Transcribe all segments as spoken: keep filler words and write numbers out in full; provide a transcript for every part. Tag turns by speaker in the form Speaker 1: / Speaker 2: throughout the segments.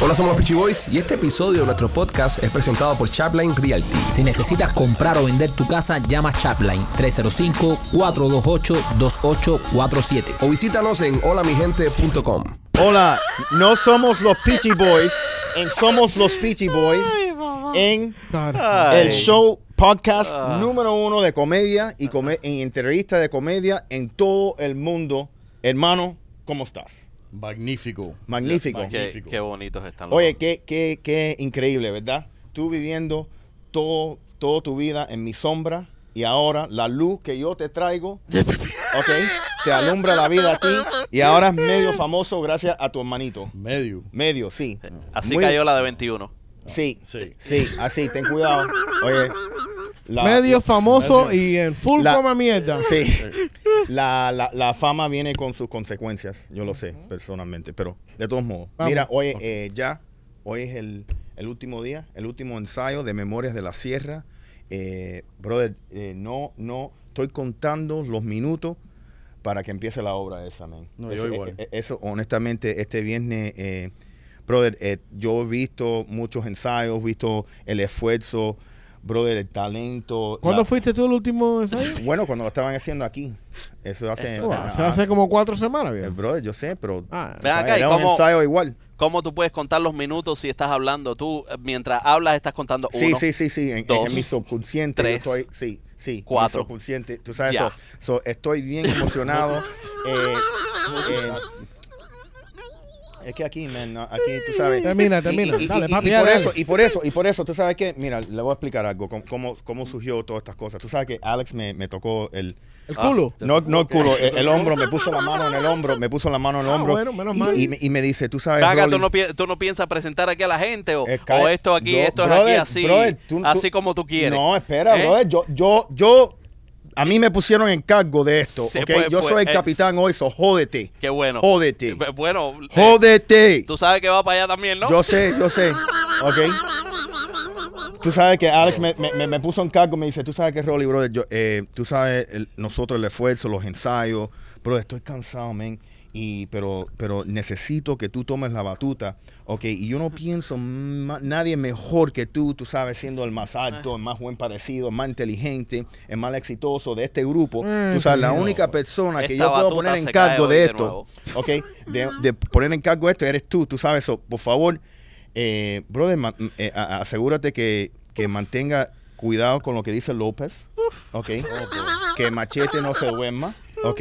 Speaker 1: Hola, somos los Peachy Boys y este episodio de nuestro podcast es presentado por Chapline Realty.
Speaker 2: Si necesitas comprar o vender tu casa, llama Chapline tres cero cinco, cuatro dos ocho, dos ocho cuatro siete
Speaker 1: o visítanos en hola mi gente punto com.
Speaker 3: Hola, no somos los Peachy Boys, en Somos los Peachy Boys, en el show podcast uh. número uno de comedia y come- en entrevista de comedia en todo el mundo. Hermano, ¿cómo estás?
Speaker 4: Magnífico.
Speaker 3: Magnífico.
Speaker 5: Qué,
Speaker 3: Magnífico.
Speaker 5: qué bonitos están los
Speaker 3: Oye,
Speaker 5: dos.
Speaker 3: qué, qué, qué increíble, ¿verdad? Tú viviendo todo, toda tu vida en mi sombra y ahora la luz que yo te traigo, ok, te alumbra la vida a ti y ahora es medio famoso gracias a tu hermanito.
Speaker 4: Medio.
Speaker 3: Medio, sí.
Speaker 5: Así
Speaker 3: Muy,
Speaker 5: cayó la de veintiuno.
Speaker 3: Sí,
Speaker 4: Sí.
Speaker 3: sí, así, ten cuidado. Oye. La,
Speaker 6: medio famoso
Speaker 4: medio.
Speaker 6: y en full
Speaker 3: La-
Speaker 6: coma mierda.
Speaker 3: Sí. La, la, la fama viene con sus consecuencias, yo lo sé personalmente, pero de todos modos.
Speaker 6: Vamos.
Speaker 3: Mira, hoy eh, ya, hoy es el, el último día, el último ensayo de Memorias de la Sierra. Eh, brother, eh, no, no, estoy contando los minutos para que empiece la obra esa, man.
Speaker 4: No,
Speaker 3: eso,
Speaker 4: yo igual.
Speaker 3: eh, eso, honestamente, este viernes, eh, brother, eh, yo he visto muchos ensayos, visto el esfuerzo, brother, el talento.
Speaker 6: ¿Cuándo
Speaker 3: la-
Speaker 6: fuiste tú el último ensayo?
Speaker 3: Bueno, cuando lo estaban haciendo aquí. Eso hace...
Speaker 5: Eso,
Speaker 3: ah,
Speaker 6: Se hace como cuatro semanas,
Speaker 3: eh,
Speaker 6: viejo.
Speaker 3: brother, yo sé, pero...
Speaker 6: Ah,
Speaker 3: tú
Speaker 5: Ven
Speaker 3: sabes,
Speaker 5: acá, ¿y
Speaker 3: era un
Speaker 5: cómo-
Speaker 3: ensayo igual.
Speaker 5: ¿Cómo tú puedes contar los minutos si estás hablando? Tú, eh, mientras hablas, estás contando
Speaker 3: Sí,
Speaker 5: uno.
Speaker 3: sí, sí, sí. En,
Speaker 5: dos,
Speaker 3: en mi subconsciente.
Speaker 5: tres,
Speaker 3: yo estoy, sí, sí.
Speaker 5: cuatro.
Speaker 3: Mi subconsciente. Tú sabes
Speaker 5: Ya.
Speaker 3: eso. So, estoy bien emocionado. eh, eh, es que aquí, man, no, aquí tú sabes.
Speaker 6: Termina, termina.
Speaker 3: Y, y-
Speaker 6: Dale,
Speaker 3: y-
Speaker 6: papi,
Speaker 3: y
Speaker 6: dale,
Speaker 3: por
Speaker 6: dale.
Speaker 3: eso, y por eso, y por eso, tú sabes que, mira, le voy a explicar algo, cómo, cómo, cómo surgió todas estas cosas. Tú sabes que Alex me, me tocó el,
Speaker 6: el culo.
Speaker 3: no, no el culo, el, el hombro, me puso la mano en el hombro, me puso la mano en el
Speaker 6: Ah,
Speaker 3: hombro.
Speaker 6: bueno, menos
Speaker 3: y,
Speaker 6: mal.
Speaker 3: y me, y me dice, tú sabes,
Speaker 5: Vaga, ¿tú
Speaker 3: Rolly,
Speaker 5: no, pi- tú no piensas presentar aquí a la gente o,
Speaker 3: Eh,
Speaker 5: o
Speaker 3: ca-
Speaker 5: esto aquí,
Speaker 3: yo-
Speaker 5: esto
Speaker 3: brother,
Speaker 5: es aquí así,
Speaker 3: brother, tú-
Speaker 5: así
Speaker 3: tú-
Speaker 5: como tú quieres?
Speaker 3: No, espera,
Speaker 5: ¿Eh?
Speaker 3: brother. Yo, yo, yo, a mí me pusieron en cargo de esto,
Speaker 5: Sí,
Speaker 3: ¿ok?
Speaker 5: pues,
Speaker 3: yo
Speaker 5: pues,
Speaker 3: soy el
Speaker 5: es-
Speaker 3: capitán hoy, so jódete.
Speaker 5: Qué bueno.
Speaker 3: Jódete.
Speaker 5: Eh, Bueno, eh,
Speaker 3: Jódete.
Speaker 5: tú sabes que va para allá también, ¿no?
Speaker 3: Yo sé, yo sé, ¿ok? Tú sabes que Alex me, me- me- me puso en cargo, me dice, tú sabes que Rolly, brother, yo, eh, tú sabes, el- nosotros el esfuerzo, los ensayos, brother, estoy cansado, man. Y, pero, pero necesito que tú tomes la batuta, ok, y yo no pienso ma- nadie mejor que tú, tú sabes, siendo el más alto, el más buen parecido, el más inteligente, el más exitoso de este grupo,
Speaker 6: Mm,
Speaker 3: tú sabes, la
Speaker 6: señor.
Speaker 3: única persona que
Speaker 5: Esta
Speaker 3: yo puedo
Speaker 5: batuta
Speaker 3: poner en
Speaker 5: se cae
Speaker 3: cargo
Speaker 5: hoy
Speaker 3: de
Speaker 5: de
Speaker 3: esto,
Speaker 5: nuevo.
Speaker 3: ok, de, de poner en cargo de esto eres tú, tú sabes eso, por favor, eh, brother, ma- eh, a- asegúrate que, que mantenga cuidado con lo que dice López, ok, que Machete no se duerma, ok.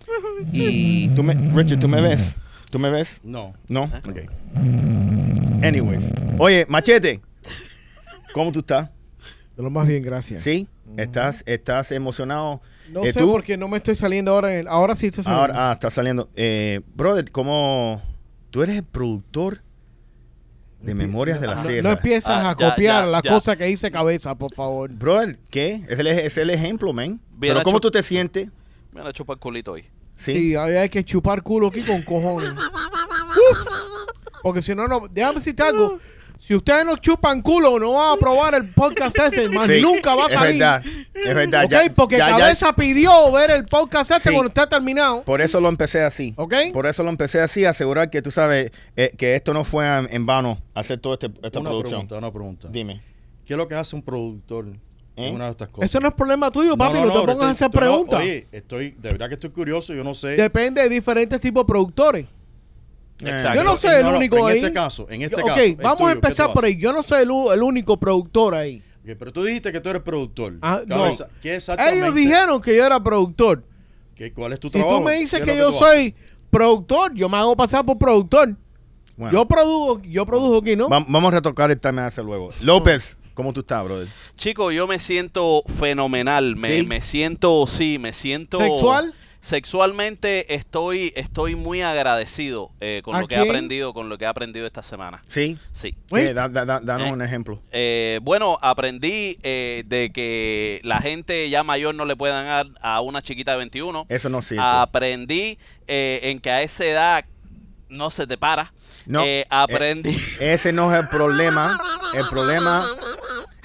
Speaker 3: Y tú me, Richard, ¿tú me ves? ¿Tú me ves?
Speaker 4: No.
Speaker 3: ¿No? Ok. Anyways. Oye, Machete, ¿cómo tú estás?
Speaker 6: De lo más bien, gracias.
Speaker 3: ¿Sí? ¿Estás, estás emocionado?
Speaker 6: No
Speaker 3: Eh,
Speaker 6: sé
Speaker 3: ¿tú?
Speaker 6: porque no me estoy saliendo ahora. En, ahora sí estoy saliendo.
Speaker 3: Ahora, ah, está saliendo. Eh, brother, ¿cómo? ¿Tú eres el productor de Memorias de la
Speaker 6: no,
Speaker 3: Sierra?
Speaker 6: no empiezas
Speaker 5: Ah,
Speaker 6: a
Speaker 5: ya,
Speaker 6: copiar
Speaker 5: ya,
Speaker 6: las
Speaker 5: ya.
Speaker 6: cosas que hice cabeza, por favor.
Speaker 3: Brother, ¿qué? Es el, es el ejemplo, man.
Speaker 5: Bien
Speaker 3: Pero ¿cómo
Speaker 5: hecho.
Speaker 3: tú te sientes?
Speaker 5: Me van a chupar el culito hoy.
Speaker 3: Sí.
Speaker 6: Sí, hay hay que chupar culo aquí con cojones. Uf. Porque si no, no. Déjame decirte algo. Si ustedes no chupan culo, no van a probar el podcast ese, más
Speaker 3: Sí,
Speaker 6: nunca va a salir.
Speaker 3: Es verdad, es verdad.
Speaker 6: Ok,
Speaker 3: ya-
Speaker 6: porque
Speaker 3: ya- ya-
Speaker 6: Cabeza pidió ver el podcast ese
Speaker 3: Sí.
Speaker 6: cuando está terminado.
Speaker 3: Por eso lo empecé así.
Speaker 6: ¿Ok?
Speaker 3: Por eso lo empecé así, asegurar que tú sabes eh, que esto no fue en, en vano, hacer toda este, esta
Speaker 4: Una
Speaker 3: producción.
Speaker 4: pregunta, una pregunta.
Speaker 3: Dime.
Speaker 4: ¿Qué es lo que hace un productor
Speaker 3: ¿Eh?
Speaker 4: en una de estas cosas?
Speaker 6: Eso no es problema tuyo, papi. No, te pongas a hacer
Speaker 4: estoy- no,
Speaker 6: preguntas.
Speaker 4: Oye, estoy, de verdad que estoy curioso, yo no sé.
Speaker 6: Depende de diferentes tipos de productores.
Speaker 5: Exacto.
Speaker 6: Yo no
Speaker 4: Pero,
Speaker 6: soy el
Speaker 4: no, no,
Speaker 6: único
Speaker 4: en
Speaker 6: ahí.
Speaker 4: este caso, en este
Speaker 6: Yo-
Speaker 4: caso.
Speaker 6: ok,
Speaker 4: el
Speaker 6: vamos
Speaker 4: tuyo,
Speaker 6: a
Speaker 4: ¿qué
Speaker 6: empezar
Speaker 4: tú
Speaker 6: por
Speaker 4: haces?
Speaker 6: ahí. Yo no soy el, u- el único productor ahí.
Speaker 4: Ok, pero tú dijiste que tú eres productor.
Speaker 6: Ah, no.
Speaker 4: Cabeza, ¿qué exactamente?
Speaker 6: Ellos dijeron que yo era productor.
Speaker 4: ¿Qué, ¿Cuál es tu
Speaker 6: Si
Speaker 4: trabajo?
Speaker 6: tú me dices
Speaker 4: ¿Qué es
Speaker 6: que
Speaker 4: lo
Speaker 6: yo
Speaker 4: tú haces?
Speaker 6: soy productor, yo me hago pasar por productor.
Speaker 3: Bueno,
Speaker 6: Yo produjo, yo produjo aquí, ¿no?
Speaker 3: va- vamos a retocar el tema hacia luego. López, ¿cómo tú estás, brother?
Speaker 5: Chico, yo me siento fenomenal. Me,
Speaker 3: ¿Sí?
Speaker 5: me siento, sí, me siento...
Speaker 6: ¿Sexual?
Speaker 5: Sexualmente estoy, estoy muy agradecido eh, con
Speaker 6: ¿A
Speaker 5: lo que he
Speaker 6: quién?
Speaker 5: aprendido, con lo que he aprendido esta semana.
Speaker 3: Sí.
Speaker 5: Sí.
Speaker 3: Eh, da- da- da- danos
Speaker 5: Eh.
Speaker 3: un ejemplo.
Speaker 5: Eh, bueno, aprendí eh, de que la gente ya mayor no le puede dar a una chiquita de veintiuno.
Speaker 3: Eso no es cierto.
Speaker 5: Aprendí eh, en que a esa edad no se te para.
Speaker 3: No,
Speaker 5: Eh, aprendí.
Speaker 3: Ese no es el problema. El problema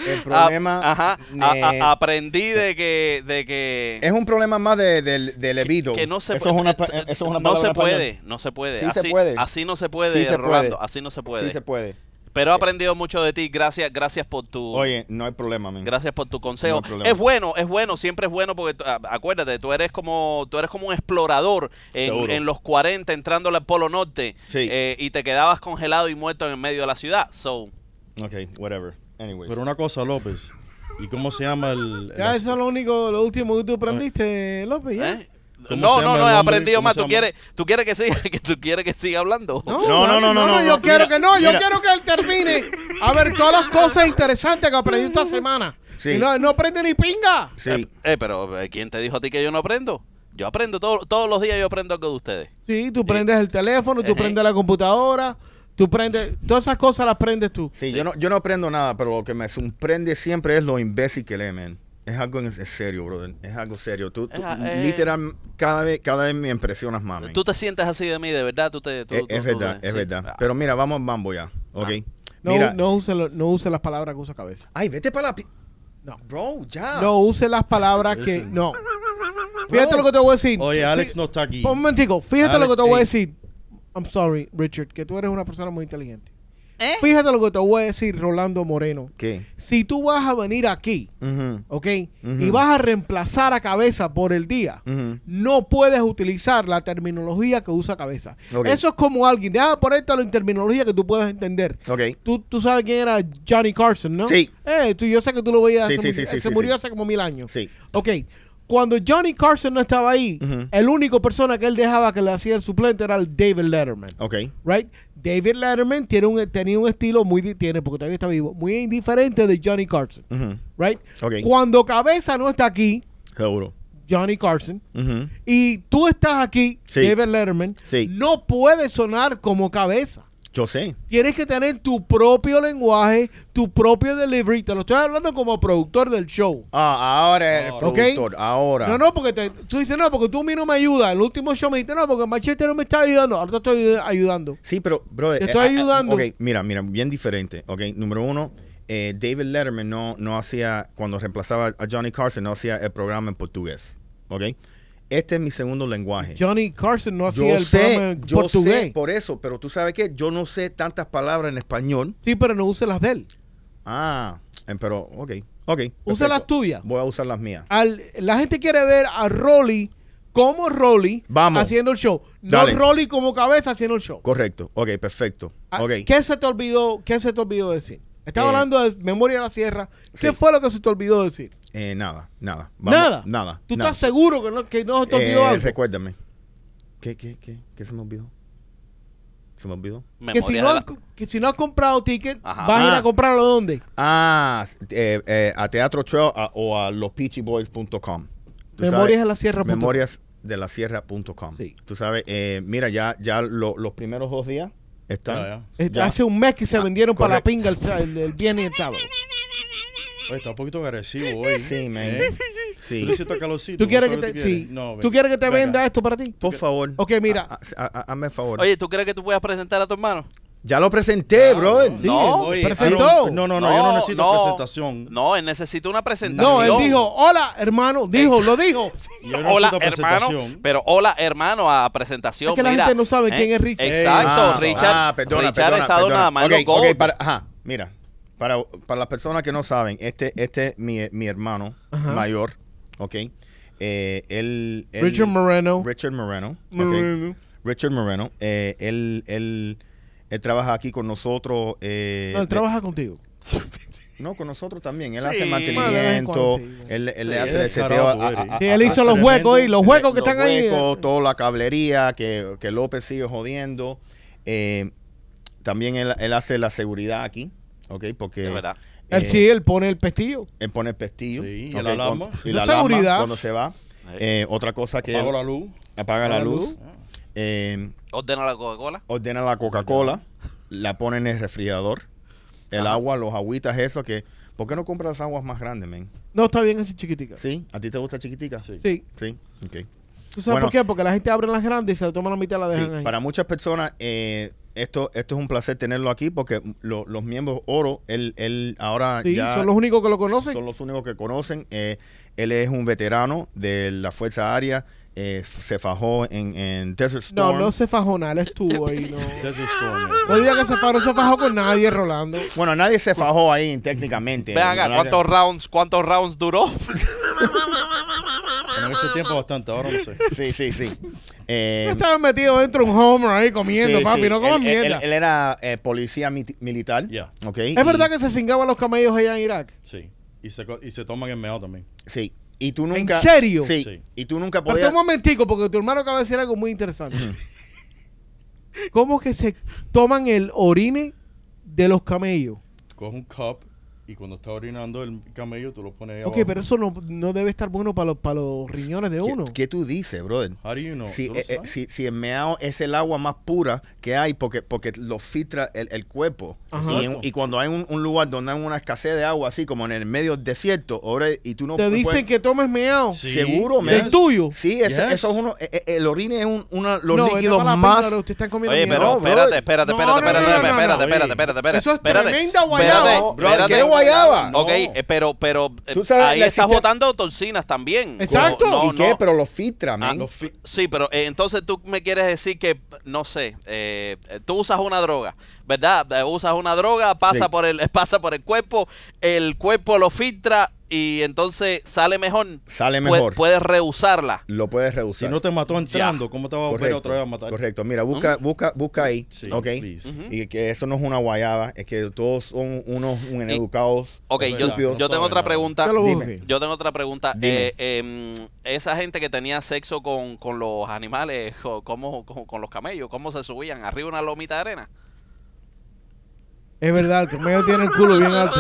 Speaker 3: El problema...
Speaker 5: A- ajá, a-
Speaker 3: eh,
Speaker 5: a- aprendí de que, de que,
Speaker 3: es un problema más de, de, de libido.
Speaker 5: que no se
Speaker 3: eso es una,
Speaker 5: puede,
Speaker 3: eso es una
Speaker 5: no
Speaker 3: palabra
Speaker 5: se
Speaker 3: en
Speaker 5: puede,
Speaker 3: español.
Speaker 5: no se puede.
Speaker 3: Sí
Speaker 5: así,
Speaker 3: se puede.
Speaker 5: así no se puede,
Speaker 3: Sí se
Speaker 5: Rolando,
Speaker 3: puede.
Speaker 5: así no se puede.
Speaker 3: Sí se puede.
Speaker 5: Pero he aprendido mucho de ti, gracias, gracias por tu,
Speaker 3: Oye, no hay problema, man.
Speaker 5: gracias por tu consejo.
Speaker 3: No hay problema.
Speaker 5: Es bueno, es bueno, siempre es bueno porque tú- a- acuérdate, tú eres como, tú eres como un explorador en,
Speaker 3: Seguro.
Speaker 5: en los cuarenta entrando al Polo Norte
Speaker 3: Sí.
Speaker 5: eh, y te quedabas congelado y muerto en el medio de la ciudad. So,
Speaker 3: Ok, whatever. Anyways.
Speaker 4: Pero una cosa, López. ¿Y cómo se llama el...? el
Speaker 6: Ya,
Speaker 4: as-
Speaker 6: eso es lo único, lo último que tú aprendiste, López, ya.
Speaker 5: ¿eh?
Speaker 4: ¿Cómo
Speaker 5: No,
Speaker 4: se
Speaker 5: no,
Speaker 4: llama
Speaker 5: no,
Speaker 4: el
Speaker 5: he
Speaker 4: hombre?
Speaker 5: aprendido
Speaker 4: ¿Cómo
Speaker 5: más.
Speaker 4: se
Speaker 5: ¿Tú
Speaker 4: llama?
Speaker 5: quieres, tú quieres que siga, que tú quieres que siga hablando?
Speaker 3: No, no, no, no, no,
Speaker 6: Yo
Speaker 3: no,
Speaker 6: quiero
Speaker 3: mira,
Speaker 6: que no, yo
Speaker 3: mira.
Speaker 6: quiero que él termine. A ver, todas las cosas interesantes que aprendí esta semana.
Speaker 3: Sí.
Speaker 6: Y no, no aprende ni pinga.
Speaker 3: Sí.
Speaker 5: Eh, pero eh, ¿quién te dijo a ti que yo no aprendo? Yo aprendo todo- todos los días, yo aprendo algo de ustedes.
Speaker 6: Sí, tú prendes el teléfono, tú
Speaker 5: Ejé.
Speaker 6: prendes la computadora, tú prendes, todas esas cosas las prendes tú.
Speaker 3: Sí, Yo, no, yo no aprendo nada, pero lo que me sorprende siempre es lo imbécil que lee, man. Es algo en, es serio, brother. Es algo serio. Tú, tú
Speaker 5: Es, eh,
Speaker 3: literal, cada vez, cada vez me impresionas más, man.
Speaker 5: Tú te sientes así de mí, de verdad. Tú te, tú-
Speaker 3: es,
Speaker 5: tú-
Speaker 3: es
Speaker 5: tú-
Speaker 3: verdad,
Speaker 5: sí.
Speaker 3: es verdad.
Speaker 5: Ah.
Speaker 3: Pero mira, vamos al mambo ya, ¿ok?
Speaker 6: No,
Speaker 3: Mira.
Speaker 6: no, use, lo- no use las palabras que usa cabeza.
Speaker 3: Ay, vete para la... pi-
Speaker 6: No.
Speaker 3: Bro, ya.
Speaker 6: No use las palabras que.
Speaker 4: Listen.
Speaker 6: No. Fíjate lo que te voy a decir.
Speaker 4: Oye, Alex
Speaker 6: Fí-
Speaker 4: no está aquí.
Speaker 6: Un momentico, fíjate lo
Speaker 4: Alex,
Speaker 6: que te voy a
Speaker 4: ey.
Speaker 6: decir. I'm sorry, Richard, que tú eres una persona muy inteligente.
Speaker 5: ¿Eh?
Speaker 6: Fíjate lo que te voy a decir, Rolando Moreno.
Speaker 3: ¿Qué?
Speaker 6: Si tú vas a venir aquí,
Speaker 3: Ujú,
Speaker 6: ¿ok?
Speaker 3: Ujú.
Speaker 6: Y vas a reemplazar a Cabeza por el día,
Speaker 3: ujú.
Speaker 6: no puedes utilizar la terminología que usa Cabeza.
Speaker 3: Ok.
Speaker 6: Eso es como alguien, déjame ponértelo en terminología que tú puedas entender.
Speaker 3: Ok.
Speaker 6: Tú, tú sabes quién era Johnny Carson, ¿no?
Speaker 3: Sí.
Speaker 6: Eh, tú, yo sé que tú lo veías,
Speaker 3: Sí,
Speaker 6: hace
Speaker 3: sí,
Speaker 6: mu-
Speaker 3: sí, sí,
Speaker 6: se
Speaker 3: sí,
Speaker 6: murió
Speaker 3: sí.
Speaker 6: hace como mil años.
Speaker 3: Sí.
Speaker 6: Ok, cuando Johnny Carson no estaba ahí,
Speaker 3: Ujú.
Speaker 6: el único persona que él dejaba que le hacía el suplente era el David Letterman.
Speaker 3: Ok.
Speaker 6: Right? David Letterman tiene un, tenía un estilo muy, di- tiene, porque todavía está vivo, muy indiferente de Johnny Carson.
Speaker 3: Ujú.
Speaker 6: Right?
Speaker 3: Ok.
Speaker 6: Cuando Cabeza no está aquí,
Speaker 3: Seguro.
Speaker 6: Johnny Carson,
Speaker 3: Ujú.
Speaker 6: y tú estás aquí,
Speaker 3: Sí.
Speaker 6: David Letterman,
Speaker 3: Sí.
Speaker 6: no puedes sonar como Cabeza.
Speaker 3: Yo sé.
Speaker 6: Tienes que tener tu propio lenguaje, tu propio delivery. Te lo estoy hablando como productor del show.
Speaker 3: Ah, ahora es el
Speaker 4: Ahora.
Speaker 6: Ok.
Speaker 3: productor. Ahora.
Speaker 6: No, no, porque te- tú dices, no, porque tú a mí no me ayudas. El último show me dijiste, no, porque Machete no me está ayudando. Ahora te estoy ayudando.
Speaker 3: Sí, pero, brother.
Speaker 6: Te estoy ayudando.
Speaker 3: Ok, mira, mira, bien diferente. Ok, número uno, eh, David Letterman no, no hacía, cuando reemplazaba a Johnny Carson, no hacía el programa en portugués. Ok. Este es mi segundo lenguaje.
Speaker 6: Johnny Carson no hacía
Speaker 3: Yo
Speaker 6: el programa
Speaker 3: sé,
Speaker 6: en
Speaker 3: yo
Speaker 6: portugués.
Speaker 3: sé por eso, pero tú sabes qué, yo no sé tantas palabras en español.
Speaker 6: Sí, pero no use las de él.
Speaker 3: Ah, eh, pero, ok, ok.
Speaker 6: Usa
Speaker 3: perfecto.
Speaker 6: las tuyas.
Speaker 3: Voy a usar las mías.
Speaker 6: Al, la gente quiere ver a Rolly como Rolly
Speaker 3: Vamos.
Speaker 6: haciendo el show. No
Speaker 3: Dale.
Speaker 6: Rolly como Cabeza haciendo el show.
Speaker 3: Correcto, ok, perfecto.
Speaker 6: Ah,
Speaker 3: Ok.
Speaker 6: ¿Qué se te olvidó? ¿Qué se te olvidó decir? Estaba
Speaker 3: Eh,
Speaker 6: hablando de Memoria de la Sierra. ¿Qué
Speaker 3: sí.
Speaker 6: fue lo que se te olvidó decir?
Speaker 3: Eh, nada, nada.
Speaker 6: Nada.
Speaker 3: Nada.
Speaker 6: ¿Tú
Speaker 3: nada.
Speaker 6: estás seguro que no, que no se te olvidó
Speaker 3: Eh,
Speaker 6: algo?
Speaker 3: Recuérdame. ¿Qué, qué, qué? ¿Qué se me olvidó? ¿Se me olvidó?
Speaker 6: Que si,
Speaker 5: Memoria
Speaker 6: no
Speaker 5: de
Speaker 6: has,
Speaker 5: la-
Speaker 6: que si no has comprado ticket,
Speaker 5: Ajá.
Speaker 6: vas a ir
Speaker 3: Ah.
Speaker 6: a comprarlo ¿dónde?
Speaker 3: Ah, eh, eh, a Teatro Trail a- o a los peachy boys punto com. Tú
Speaker 6: Memorias
Speaker 3: sabes,
Speaker 6: de la Sierra punto com.
Speaker 3: Memorias de la Sierra punto com.
Speaker 6: Sí.
Speaker 3: Tú sabes, eh, mira, ya, ya lo- los primeros dos días están.
Speaker 4: Ya, ya.
Speaker 6: Eh,
Speaker 3: ya.
Speaker 6: Hace un mes que se vendieron para la
Speaker 3: correcto.
Speaker 6: pinga el, sa- el, el viernes y el sábado.
Speaker 4: Oye, está un poquito agresivo hoy.
Speaker 3: Sí, man.
Speaker 4: ¿Eh?
Speaker 3: Sí.
Speaker 4: ¿Tú necesitas calorcito?
Speaker 6: ¿Tú quieres que
Speaker 4: ¿Sabes
Speaker 6: te,
Speaker 4: lo
Speaker 6: sí.
Speaker 4: No,
Speaker 6: ¿Tú quieres que te
Speaker 4: ven
Speaker 6: venda
Speaker 4: acá.
Speaker 6: esto para ti?
Speaker 3: Por favor.
Speaker 6: Ok, mira.
Speaker 3: Ha- ha- ha- Hazme el favor.
Speaker 5: Oye, ¿tú crees que tú puedas presentar a tu hermano?
Speaker 3: ya lo presenté,
Speaker 4: Ah,
Speaker 3: brother.
Speaker 6: Sí,
Speaker 5: No,
Speaker 6: él
Speaker 4: Oye,
Speaker 6: presentó.
Speaker 4: ah, No, no, no, yo no necesito
Speaker 5: no,
Speaker 4: presentación.
Speaker 5: No, él necesita una presentación.
Speaker 6: No, él dijo, hola, hermano. Dijo, lo dijo.
Speaker 4: Yo no
Speaker 5: hola,
Speaker 4: necesito
Speaker 5: hermano.
Speaker 4: presentación.
Speaker 5: Pero hola, hermano, a presentación.
Speaker 6: Es que la
Speaker 5: mira,
Speaker 6: gente no sabe
Speaker 5: ¿eh?
Speaker 6: quién es Richard.
Speaker 5: Exacto,
Speaker 3: Ah,
Speaker 5: Richard.
Speaker 3: Ah, perdona,
Speaker 5: Richard
Speaker 3: perdona,
Speaker 5: ha estado
Speaker 3: perdona.
Speaker 5: nada más
Speaker 3: Ok,
Speaker 5: en los
Speaker 3: ok,
Speaker 5: Gold.
Speaker 3: para, ajá, mira. Para, para las personas que no saben, este este es mi, mi hermano
Speaker 6: Ajá.
Speaker 3: mayor, ¿ok? Eh, él, él-
Speaker 6: Richard Moreno.
Speaker 3: Richard Moreno. ok.
Speaker 6: Moreno.
Speaker 3: Richard Moreno. eh, él, él, él trabaja aquí con nosotros. eh,
Speaker 6: No, él
Speaker 3: de-
Speaker 6: trabaja contigo.
Speaker 3: no, con nosotros también. Él
Speaker 5: Sí,
Speaker 3: hace
Speaker 6: bueno, de vez en
Speaker 3: mantenimiento.
Speaker 6: cuando, sí.
Speaker 3: Él, él
Speaker 4: Sí,
Speaker 3: le hace
Speaker 4: es
Speaker 3: el seteo.
Speaker 4: descarado,
Speaker 3: a-
Speaker 4: tú
Speaker 3: a-
Speaker 4: eres.
Speaker 3: a-
Speaker 6: Sí, él
Speaker 3: a-
Speaker 6: hizo los
Speaker 4: tremendo.
Speaker 6: huecos y los huecos que
Speaker 3: los
Speaker 6: están ahí.
Speaker 3: huecos, toda la cablería que, que López sigue jodiendo. Eh, también él, él hace la seguridad aquí, ¿ok? Porque
Speaker 5: De verdad.
Speaker 6: Él
Speaker 3: eh,
Speaker 6: sí, él pone el pestillo.
Speaker 3: él pone el pestillo.
Speaker 4: Sí, y
Speaker 3: ¿ok?
Speaker 4: el alarma.
Speaker 3: Cuando- y
Speaker 6: Eso
Speaker 3: la
Speaker 6: es
Speaker 3: alarma
Speaker 6: seguridad.
Speaker 3: cuando se va. Eh, otra cosa que
Speaker 4: Apago
Speaker 3: él
Speaker 4: la luz.
Speaker 3: apaga la
Speaker 6: la
Speaker 3: luz.
Speaker 6: luz.
Speaker 3: eh,
Speaker 5: Ordena la Coca-Cola.
Speaker 3: ordena la Coca-Cola, la pone en el refrigerador. El
Speaker 5: Ajá.
Speaker 3: agua, los agüitas, eso que... ¿Por qué no compras las aguas más grandes, men?
Speaker 6: No, está bien así chiquitica.
Speaker 3: ¿Sí? ¿A ti te gusta chiquitica?
Speaker 4: Sí.
Speaker 6: Sí.
Speaker 3: Sí, ok.
Speaker 6: ¿Tú sabes
Speaker 3: Bueno,
Speaker 6: por qué? Porque la gente abre las grandes y se lo toma la mitad y la dejan
Speaker 3: Sí,
Speaker 6: ahí.
Speaker 3: para muchas personas, eh, esto, esto es un placer tenerlo aquí porque lo- los miembros oro, él, él ahora
Speaker 6: Sí,
Speaker 3: ya
Speaker 6: son los únicos que lo conocen.
Speaker 3: son los únicos que conocen. Eh, él es un veterano de la Fuerza Aérea. Eh, se fajó en, en Desert
Speaker 6: No,
Speaker 3: Storm.
Speaker 6: no se fajó nada, él estuvo ahí. No,
Speaker 4: Desert Storm.
Speaker 6: no diga que se fajó, no se fajó con nadie, Rolando.
Speaker 3: Bueno, nadie se fajó ahí técnicamente.
Speaker 5: Ven acá,
Speaker 3: Nadie-
Speaker 5: ¿cuántos rounds, cuántos rounds duró?
Speaker 4: Bueno, en ese tiempo bastante, ahora no sé.
Speaker 3: Sí, sí, sí. Eh,
Speaker 6: Estaban metidos dentro de un homer ahí comiendo,
Speaker 3: sí,
Speaker 6: papi,
Speaker 3: sí.
Speaker 6: no coman
Speaker 3: Él- él-
Speaker 6: mierda.
Speaker 3: Él, él era eh, policía mi- militar.
Speaker 4: Ya.
Speaker 3: ¿ok?
Speaker 6: ¿Es
Speaker 3: Y-
Speaker 6: verdad que se cingaban los camellos allá en Irak?
Speaker 4: Sí. Y se, co- y se toman el meado también.
Speaker 3: Sí. Y tú nunca.
Speaker 6: serio?
Speaker 3: Sí.
Speaker 4: Sí.
Speaker 3: Y tú nunca
Speaker 6: Pero
Speaker 3: podías.
Speaker 6: un momentico, porque tu hermano acaba de decir algo muy interesante. ¿Cómo que se toman el orine de los camellos?
Speaker 4: Coge un cup y cuando está orinando el camello, tú lo pones ahí
Speaker 6: Ok,
Speaker 4: abajo.
Speaker 6: pero eso no, no debe estar bueno para los, para los riñones de
Speaker 3: ¿Qué,
Speaker 6: uno.
Speaker 3: qué tú dices, brother?
Speaker 4: How do you know?
Speaker 3: Si,
Speaker 4: ¿Tú lo
Speaker 3: eh, eh,
Speaker 4: sabes?
Speaker 3: si, si el meao es el agua más pura que hay porque, porque lo filtra el, el cuerpo.
Speaker 6: Ajá.
Speaker 3: Y, en- y cuando hay un, un lugar donde hay una escasez de agua, así como en el medio del desierto, ahora, y tú no
Speaker 6: Te dicen
Speaker 3: puedes-
Speaker 6: que tomes meao.
Speaker 4: Sí.
Speaker 3: Seguro,
Speaker 4: Yes.
Speaker 3: man.
Speaker 6: ¿Del tuyo?
Speaker 3: Sí, ese-
Speaker 4: Yes.
Speaker 3: eso es uno. eh, eh, el orine es un, una, los
Speaker 6: No, vete
Speaker 3: líquidos
Speaker 6: para la
Speaker 3: más.
Speaker 6: pinga, ustedes están comiendo
Speaker 5: Oye,
Speaker 6: mierda.
Speaker 5: pero
Speaker 3: No,
Speaker 5: espérate,
Speaker 3: brother.
Speaker 5: espérate,
Speaker 6: No,
Speaker 5: espérate,
Speaker 6: no,
Speaker 5: espérate,
Speaker 6: no, no, no,
Speaker 5: espérate,
Speaker 6: no.
Speaker 5: espérate, espérate, espérate.
Speaker 6: Eso es
Speaker 5: espérate.
Speaker 6: tremenda guayaba.
Speaker 5: Espérate,
Speaker 3: No, brother,
Speaker 5: espérate.
Speaker 3: ¿qué guayaba?
Speaker 5: Ok,
Speaker 3: No.
Speaker 5: eh, pero, pero eh,
Speaker 3: Tú sabes
Speaker 5: ahí
Speaker 3: la
Speaker 5: estás
Speaker 3: existe-
Speaker 5: botando toxinas también.
Speaker 6: Exacto.
Speaker 5: No,
Speaker 3: ¿Y qué?
Speaker 5: no.
Speaker 3: Pero lo filtra,
Speaker 5: Ah,
Speaker 3: man.
Speaker 4: Los fi-
Speaker 5: Sí, pero eh, entonces tú me quieres decir que, no sé, eh, eh, tú usas una droga, ¿verdad? Eh, usas una droga, pasa
Speaker 3: Sí.
Speaker 5: por el pasa por el cuerpo, el cuerpo lo filtra y entonces sale mejor.
Speaker 3: Sale
Speaker 5: Pue-
Speaker 3: mejor.
Speaker 5: Puedes reusarla.
Speaker 3: Lo puedes reusar.
Speaker 4: Si no te mató entrando, ¿cómo te va a volver
Speaker 3: Correcto,
Speaker 4: otra vez a matar?
Speaker 3: correcto. Mira, busca, busca, busca ahí,
Speaker 4: Sí,
Speaker 3: ¿ok?
Speaker 4: please.
Speaker 5: Ujú.
Speaker 3: Y que eso no es una guayaba, es que todos son unos ineducados.
Speaker 5: Ok,
Speaker 4: Es
Speaker 5: yo,
Speaker 4: verdad,
Speaker 5: yo
Speaker 4: no
Speaker 5: tengo
Speaker 4: saben
Speaker 5: otra
Speaker 4: nada.
Speaker 5: pregunta.
Speaker 6: Ya lo
Speaker 3: Dime.
Speaker 6: busqué.
Speaker 5: Yo tengo otra pregunta.
Speaker 3: Dime.
Speaker 5: Eh, em, esa gente que tenía sexo con, con los animales, o ¿cómo, con, con los camellos, ¿cómo se subían? ¿Arriba una lomita de arena?
Speaker 6: Es verdad, el camello tiene el culo bien alto.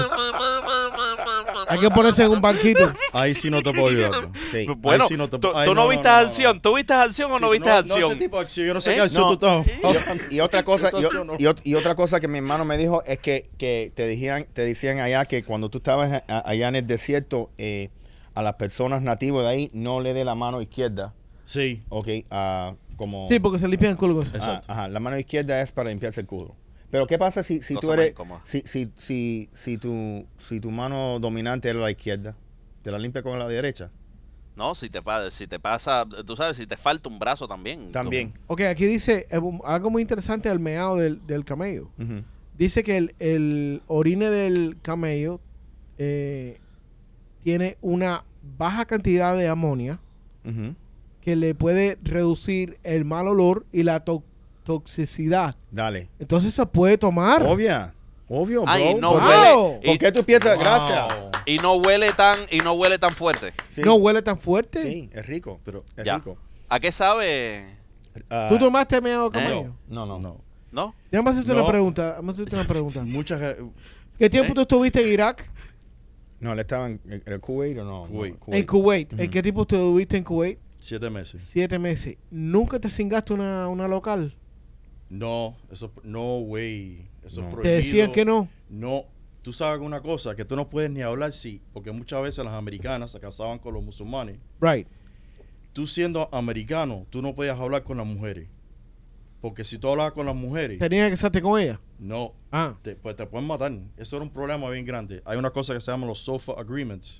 Speaker 6: Hay que ponerse en un banquito.
Speaker 4: Ahí sí no te puedo ayudar. bro.
Speaker 3: Sí.
Speaker 5: Bueno,
Speaker 4: sí no te-
Speaker 5: ¿tú,
Speaker 4: ay,
Speaker 5: tú no,
Speaker 4: no, no,
Speaker 5: viste
Speaker 4: no, no,
Speaker 5: acción?
Speaker 4: no.
Speaker 5: ¿Tú viste acción o no
Speaker 4: Sí,
Speaker 5: viste
Speaker 4: no,
Speaker 5: acción?
Speaker 4: No, ese tipo de acción. Yo no sé
Speaker 5: ¿Eh?
Speaker 4: qué acción
Speaker 3: No.
Speaker 4: tú estás.
Speaker 3: Y, y otra cosa,
Speaker 4: Esa
Speaker 3: y,
Speaker 4: acción no.
Speaker 3: y ot- y otra cosa que mi hermano me dijo es que, que te decían, te decían allá que cuando tú estabas a- allá en el desierto, eh, a las personas nativas de ahí no le dé la mano izquierda,
Speaker 4: Sí.
Speaker 3: ok, ah, como
Speaker 6: Sí, porque se limpian el culo con eso.
Speaker 3: ah,
Speaker 4: Exacto.
Speaker 3: ajá, la mano izquierda es para limpiarse el culo. Pero ¿qué pasa si, si
Speaker 5: Cosa
Speaker 3: tú
Speaker 5: más
Speaker 3: eres,
Speaker 5: incómoda.
Speaker 3: si, si, si, si, tu, si tu mano dominante es la izquierda, te la limpia con la derecha?
Speaker 5: No, si te, pa- si te pasa, tú sabes, si te falta un brazo también.
Speaker 3: También.
Speaker 6: Ok, aquí dice eh, um, algo muy interesante del meado del, del camello.
Speaker 3: Ujú.
Speaker 6: Dice que el, el orine del camello eh, tiene una baja cantidad de amonia
Speaker 3: Ujú.
Speaker 6: que le puede reducir el mal olor y la to- toxicidad.
Speaker 3: Dale.
Speaker 6: Entonces se puede tomar.
Speaker 3: Obvia. Obvio, bro.
Speaker 5: Ay, no
Speaker 3: ¿Por,
Speaker 6: Wow.
Speaker 3: qué- ¿Por qué tú piensas?
Speaker 4: Wow.
Speaker 3: Gracias.
Speaker 5: Y no huele tan y no huele tan fuerte.
Speaker 3: Sí.
Speaker 6: No huele tan fuerte.
Speaker 3: Sí, es rico, pero es
Speaker 5: Ya.
Speaker 3: rico.
Speaker 5: ¿A qué sabe?
Speaker 3: Ah,
Speaker 6: ¿Tú tomaste meado de camello?
Speaker 3: No, no, no.
Speaker 4: No.
Speaker 5: ¿No?
Speaker 6: Déjame hacerte
Speaker 4: No.
Speaker 6: una pregunta. Déjame hacerte una pregunta.
Speaker 4: Muchas. eh,
Speaker 6: ¿Qué tiempo
Speaker 5: ¿Eh?
Speaker 6: tú estuviste en Irak?
Speaker 3: No, él estaba en, en el Kuwait o no.
Speaker 4: Kuwait.
Speaker 3: No,
Speaker 6: En Kuwait. ¿En qué tiempo estuviste en Kuwait?
Speaker 4: Siete meses.
Speaker 6: Siete meses. ¿Nunca te cingaste una, una local?
Speaker 4: No, eso. No, güey. Eso
Speaker 3: No.
Speaker 4: es
Speaker 6: ¿Te
Speaker 4: prohibido.
Speaker 6: decían que no?
Speaker 4: No. Tú sabes una cosa, que tú no puedes ni hablar, sí, porque muchas veces las americanas se casaban con los musulmanes.
Speaker 6: Right.
Speaker 4: Tú siendo americano, tú no podías hablar con las mujeres. Porque si tú hablabas con las mujeres,
Speaker 6: ¿Tenías que casarte con ella?
Speaker 4: no,
Speaker 6: Ah.
Speaker 4: te, pues te pueden matar. Eso era un problema bien grande. Hay una cosa que se llama los SOFA Agreements.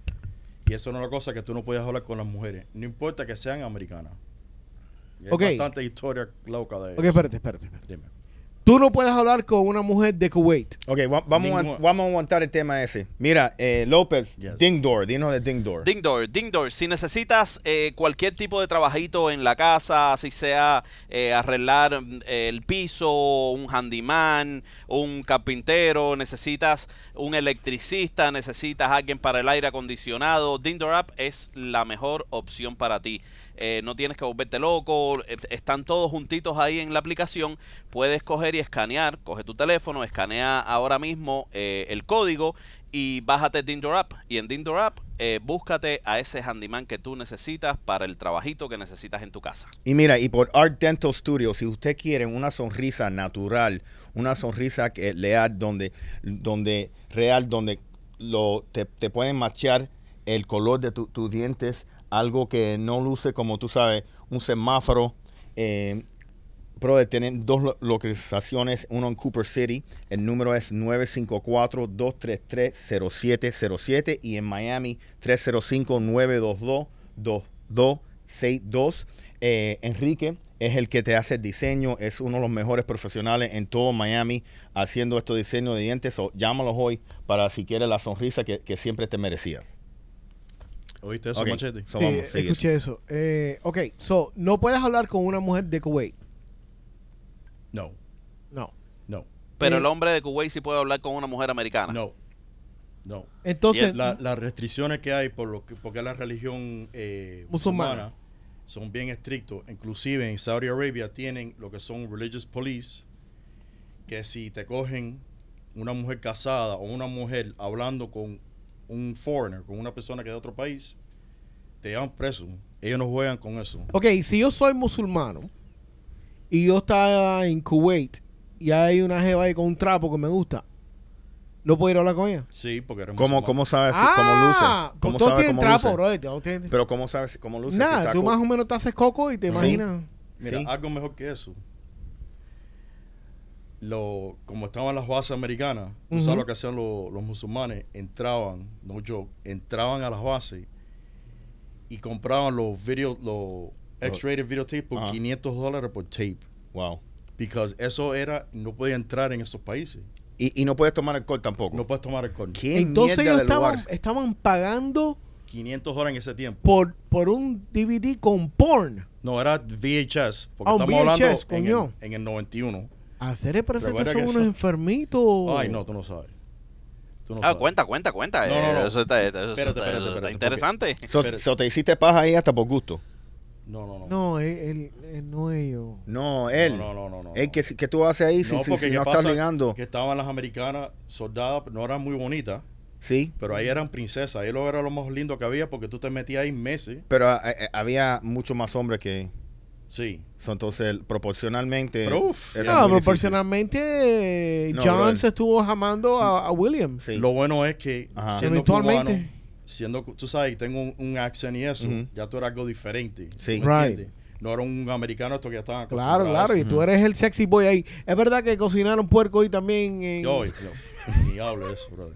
Speaker 4: Y eso es una cosa que tú no puedes hablar con las mujeres. No importa que sean americanas. Y hay
Speaker 6: Ok.
Speaker 4: bastante historia loca de
Speaker 6: Ok,
Speaker 4: eso.
Speaker 6: espérate, espérate. espérate.
Speaker 4: Dime.
Speaker 6: Tú no puedes hablar con una mujer de Kuwait.
Speaker 3: Ok, va- vamos, a,
Speaker 4: Ningún-
Speaker 3: vamos a aguantar el tema ese. Mira, eh, López,
Speaker 4: Yes.
Speaker 3: Ding Door, dinos de Ding Door.
Speaker 5: Ding Door, Ding Door. Si necesitas eh, cualquier tipo de trabajito en la casa, si sea eh, arreglar mm, el piso, un handyman, un carpintero, necesitas un electricista, necesitas alguien para el aire acondicionado, Ding Door App es la mejor opción para ti. Eh, no tienes que volverte loco, eh, están todos juntitos ahí en la aplicación. Puedes coger y escanear, coge tu teléfono, escanea ahora mismo eh, el código y bájate Ding Door App. Y en Ding Door App, eh, búscate a ese handyman que tú necesitas para el trabajito que necesitas en tu casa.
Speaker 3: Y mira, y por Art Dental Studio, si usted quiere una sonrisa natural, una sonrisa que leal, donde, donde real, donde lo, te, te pueden machear el color de tu- tus dientes, algo que no luce como tú sabes, un semáforo. Eh, brother, tienen dos lo- localizaciones, uno en Cooper City, el número es nueve cinco cuatro, dos tres tres, cero siete cero siete y en Miami tres cero cinco, nueve dos dos, dos dos seis dos. Eh, Enrique es el que te hace el diseño, es uno de los mejores profesionales en todo Miami haciendo estos diseños de dientes. So, llámalos hoy para si quieres la sonrisa que, que siempre te merecías.
Speaker 4: ¿Oíste eso,
Speaker 3: Ok,
Speaker 4: Machete?
Speaker 3: so
Speaker 6: Sí,
Speaker 3: vamos, sigue.
Speaker 6: escuché eso. Eh, ok, so, no puedes hablar con una mujer de Kuwait.
Speaker 4: No,
Speaker 6: No.
Speaker 4: no,
Speaker 5: Pero
Speaker 6: Eh,
Speaker 5: el hombre de Kuwait sí puede hablar con una mujer americana.
Speaker 4: no, no.
Speaker 6: Entonces,
Speaker 4: La- las restricciones que hay por lo que, porque la religión eh,
Speaker 6: Musulmana.
Speaker 4: musulmana son bien estrictos. Inclusive en Saudi Arabia tienen lo que son religious police, que si te cogen una mujer casada o una mujer hablando con un foreigner, con una persona que es de otro país, te llevan preso. Ellos no juegan con eso.
Speaker 6: ok, si yo soy musulmano y yo estaba en Kuwait y hay una jeva ahí con un trapo que me gusta, ¿no puedo ir a hablar con ella?
Speaker 4: Sí, porque eres
Speaker 3: ¿Cómo,
Speaker 4: musulmán.
Speaker 3: ¿Cómo sabes si-
Speaker 6: ah,
Speaker 3: cómo luce?
Speaker 6: pues
Speaker 3: ¿Cómo
Speaker 6: todos
Speaker 3: sabes
Speaker 6: tienen
Speaker 3: cómo
Speaker 6: trapo,
Speaker 3: luce?
Speaker 6: bro. todos tienen-
Speaker 3: Pero ¿cómo sabes cómo luce? Si
Speaker 6: Nada,
Speaker 3: está
Speaker 6: tú
Speaker 3: co-
Speaker 6: más o menos te haces coco y te
Speaker 3: Sí.
Speaker 6: imaginas.
Speaker 4: Mira,
Speaker 3: Sí.
Speaker 4: algo mejor que eso. Lo, como estaban las bases americanas, tú
Speaker 6: Ujú.
Speaker 4: sabes lo que hacían los, los musulmanes, entraban, no joke, entraban a las bases y compraban los video, los X-rated videotapes por
Speaker 3: Ajá.
Speaker 4: quinientos dólares por tape.
Speaker 3: Wow.
Speaker 4: Because eso era, no podía entrar en esos países.
Speaker 3: Y, y no puedes tomar alcohol tampoco.
Speaker 4: No puedes tomar alcohol.
Speaker 3: ¿Qué
Speaker 6: Entonces
Speaker 3: mierda
Speaker 6: ellos
Speaker 3: de
Speaker 6: estaban,
Speaker 3: lugar?
Speaker 6: estaban pagando
Speaker 4: quinientos dólares en ese tiempo.
Speaker 6: por, por un D V D con porn.
Speaker 4: No, era V H S. Porque
Speaker 6: Ah, un
Speaker 4: estamos
Speaker 6: V H S,
Speaker 4: hablando en el,
Speaker 6: coño.
Speaker 4: en el noventa y uno.
Speaker 6: Hacer el parece que
Speaker 4: Recuerda
Speaker 6: son
Speaker 4: que
Speaker 6: unos
Speaker 4: eso-
Speaker 6: enfermitos.
Speaker 4: Ay, no, tú no sabes. Tú no
Speaker 5: Ah,
Speaker 4: sabes.
Speaker 5: cuenta, cuenta, cuenta.
Speaker 4: No, no,
Speaker 5: Eh,
Speaker 4: no.
Speaker 5: Eso está, eso
Speaker 4: Espérate,
Speaker 5: está-
Speaker 4: espérate,
Speaker 5: eso está
Speaker 4: espérate,
Speaker 5: interesante.
Speaker 3: So,
Speaker 4: Espérate.
Speaker 3: so te hiciste paja ahí hasta por gusto.
Speaker 4: No, no, no.
Speaker 6: No, él, él- él no ellos.
Speaker 3: No, él.
Speaker 4: No, no, no, no, no.
Speaker 3: Él que, que tú haces ahí si,
Speaker 4: No,
Speaker 3: si-
Speaker 4: porque
Speaker 3: si
Speaker 4: ¿qué
Speaker 3: no
Speaker 4: pasa?
Speaker 3: estás ligando.
Speaker 4: Que estaban las americanas soldadas, no eran muy bonitas,
Speaker 3: Sí.
Speaker 4: pero ahí eran princesas. Ahí lo era lo más lindo que había porque tú te metías ahí meses.
Speaker 3: Pero eh, eh, había mucho más hombres que.
Speaker 4: Sí.
Speaker 3: So, entonces, proporcionalmente.
Speaker 4: Pero, uf.
Speaker 3: era
Speaker 6: No,
Speaker 3: muy
Speaker 6: proporcionalmente eh,
Speaker 3: No,
Speaker 6: John
Speaker 3: brother.
Speaker 6: se estuvo jamando a, a William.
Speaker 3: difícil. Sí.
Speaker 4: Lo bueno es que
Speaker 3: Ajá.
Speaker 4: siendo
Speaker 6: Eventualmente.
Speaker 4: cubano, siendo, cu- tú sabes, tengo un, un accent y eso,
Speaker 3: Ujú.
Speaker 4: ya tú eras algo diferente.
Speaker 3: Sí.
Speaker 4: ¿tú me
Speaker 6: Right.
Speaker 4: entiendes? No era un americano esto que ya estaban
Speaker 6: Claro,
Speaker 4: acostumbrados a
Speaker 6: claro, y
Speaker 4: eso.
Speaker 6: tú eres el sexy boy ahí. Es verdad que cocinaron puerco hoy también. en-
Speaker 4: Yo, yo, ni hablo de eso, brother.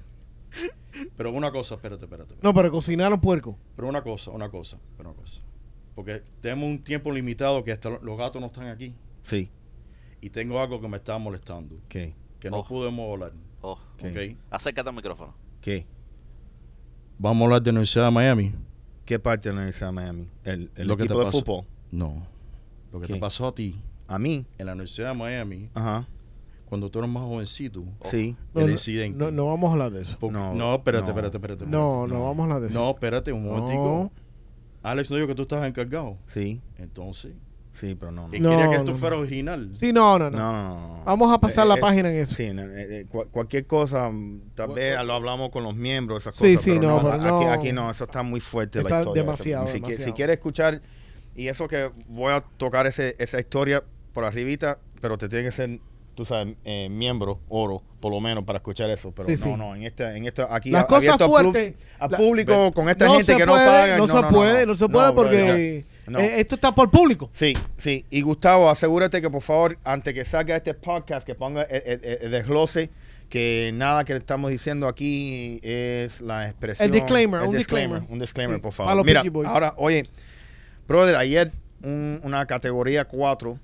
Speaker 4: Pero una cosa, espérate, espérate. espérate.
Speaker 6: No, pero cocinaron puerco.
Speaker 4: Pero una cosa, una cosa, pero una cosa. Porque tenemos un tiempo limitado que hasta los gatos no están aquí.
Speaker 3: Sí.
Speaker 4: Y tengo algo que me está molestando.
Speaker 3: ¿Qué?
Speaker 4: Que no
Speaker 5: Oh.
Speaker 4: podemos hablar.
Speaker 5: Oh,
Speaker 3: ¿Qué?
Speaker 4: ¿Ok?
Speaker 5: acércate al micrófono.
Speaker 3: ¿Qué?
Speaker 4: Vamos a hablar de la Universidad de Miami.
Speaker 3: ¿Qué parte de la Universidad de Miami? ¿El, el
Speaker 4: Lo que
Speaker 3: equipo
Speaker 4: te
Speaker 3: de
Speaker 4: pasó.
Speaker 3: fútbol?
Speaker 4: No. Lo que
Speaker 3: ¿Qué?
Speaker 4: te pasó a ti
Speaker 3: ¿A mí?
Speaker 4: en la Universidad de Miami,
Speaker 3: Ajá.
Speaker 4: cuando tú eras más jovencito,
Speaker 3: Sí.
Speaker 6: No,
Speaker 4: el
Speaker 6: no,
Speaker 4: incidente.
Speaker 6: No, no vamos a hablar de eso.
Speaker 4: Porque-
Speaker 3: No,
Speaker 4: no, espérate,
Speaker 3: no.
Speaker 4: espérate, espérate.
Speaker 6: No,
Speaker 4: espérate.
Speaker 6: no, vamos a hablar de eso.
Speaker 4: No, espérate un momentico.
Speaker 6: No.
Speaker 4: Alex no dijo que tú estabas encargado.
Speaker 3: Sí.
Speaker 4: Entonces,
Speaker 3: Sí, pero no.
Speaker 4: él
Speaker 3: No,
Speaker 6: No,
Speaker 4: quería que esto
Speaker 6: no,
Speaker 4: fuera
Speaker 6: no.
Speaker 4: original.
Speaker 6: Sí, no, no, no.
Speaker 3: no, no, no.
Speaker 6: Vamos a pasar
Speaker 3: Eh,
Speaker 6: la
Speaker 3: eh,
Speaker 6: página en eso.
Speaker 3: Sí, no, eh, eh, cual- cualquier cosa, mm, tal vez lo hablamos con los miembros, esas
Speaker 6: Sí,
Speaker 3: cosas.
Speaker 6: sí,
Speaker 3: pero
Speaker 6: no,
Speaker 3: no,
Speaker 6: pero
Speaker 3: aquí,
Speaker 6: no.
Speaker 3: aquí no, eso está muy fuerte.
Speaker 6: Está
Speaker 3: la historia.
Speaker 6: demasiado,
Speaker 3: si, qui-
Speaker 6: demasiado.
Speaker 3: si quieres escuchar, y eso que voy a tocar ese, esa historia por arribita, pero te tiene que ser, tú sabes, eh, miembro, oro, por lo menos, para escuchar eso. Pero
Speaker 6: Sí,
Speaker 3: no,
Speaker 6: sí.
Speaker 3: no, en este, en este, aquí
Speaker 6: Las
Speaker 3: a-
Speaker 6: cosas
Speaker 3: abierto al
Speaker 6: fuertes,
Speaker 3: pub- al
Speaker 6: la-
Speaker 3: público, con esta
Speaker 6: no
Speaker 3: gente
Speaker 6: se
Speaker 3: que
Speaker 6: puede,
Speaker 3: no paga.
Speaker 6: no, se puede, no, se puede
Speaker 3: No,
Speaker 6: porque
Speaker 3: brother, no.
Speaker 6: eh, esto está por público.
Speaker 3: Sí, sí. Y Gustavo, asegúrate que por favor, antes que salga este podcast, que ponga el, el- el- el desglose, que nada que estamos diciendo aquí es la expresión.
Speaker 6: El disclaimer,
Speaker 3: el
Speaker 6: un disclaimer.
Speaker 3: Un disclaimer,
Speaker 6: Sí,
Speaker 3: por
Speaker 6: para
Speaker 3: favor.
Speaker 6: los
Speaker 3: Mira,
Speaker 6: Peachy Boys.
Speaker 3: ahora, oye, brother, ayer un- una categoría cuatro,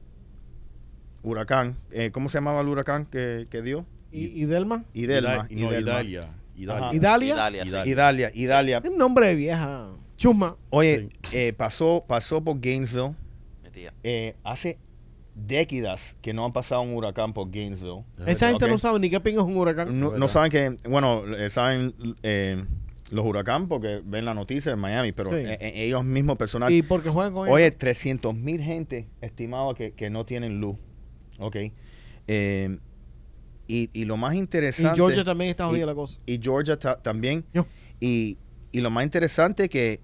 Speaker 3: huracán. Eh, ¿Cómo se llamaba el huracán que, que dio?
Speaker 6: ¿Y, y Delma?
Speaker 3: Idelma.
Speaker 4: Ida- no,
Speaker 3: Idelma.
Speaker 4: Idalia.
Speaker 3: Ajá.
Speaker 4: Idalia.
Speaker 6: ¿Idalia?
Speaker 5: Idalia, sí.
Speaker 4: Idalia.
Speaker 3: Idalia, Idalia.
Speaker 6: Es un nombre de vieja. Chusma.
Speaker 3: Oye, eh, pasó, pasó por Gainesville.
Speaker 5: Mi tía.
Speaker 3: Eh, hace décadas que no han pasado un huracán por Gainesville.
Speaker 6: Esa gente
Speaker 3: Ok.
Speaker 6: no sabe ni qué pingo es un huracán.
Speaker 3: No, no
Speaker 4: verdad.
Speaker 3: saben que, bueno, eh, saben eh, los huracanes porque ven la noticia en Miami, pero
Speaker 6: Sí.
Speaker 3: eh, eh, ellos mismos personal.
Speaker 6: Y porque juegan con
Speaker 3: Oye,
Speaker 6: ellos.
Speaker 3: trescientos mil gente estimado que, que no tienen luz. Ok. Eh, y, y lo más
Speaker 6: Y
Speaker 3: interesante.
Speaker 6: Georgia también está
Speaker 3: y-
Speaker 6: jodida la cosa.
Speaker 3: Y Georgia ta- también.
Speaker 6: Yo.
Speaker 3: Y, y lo más interesante que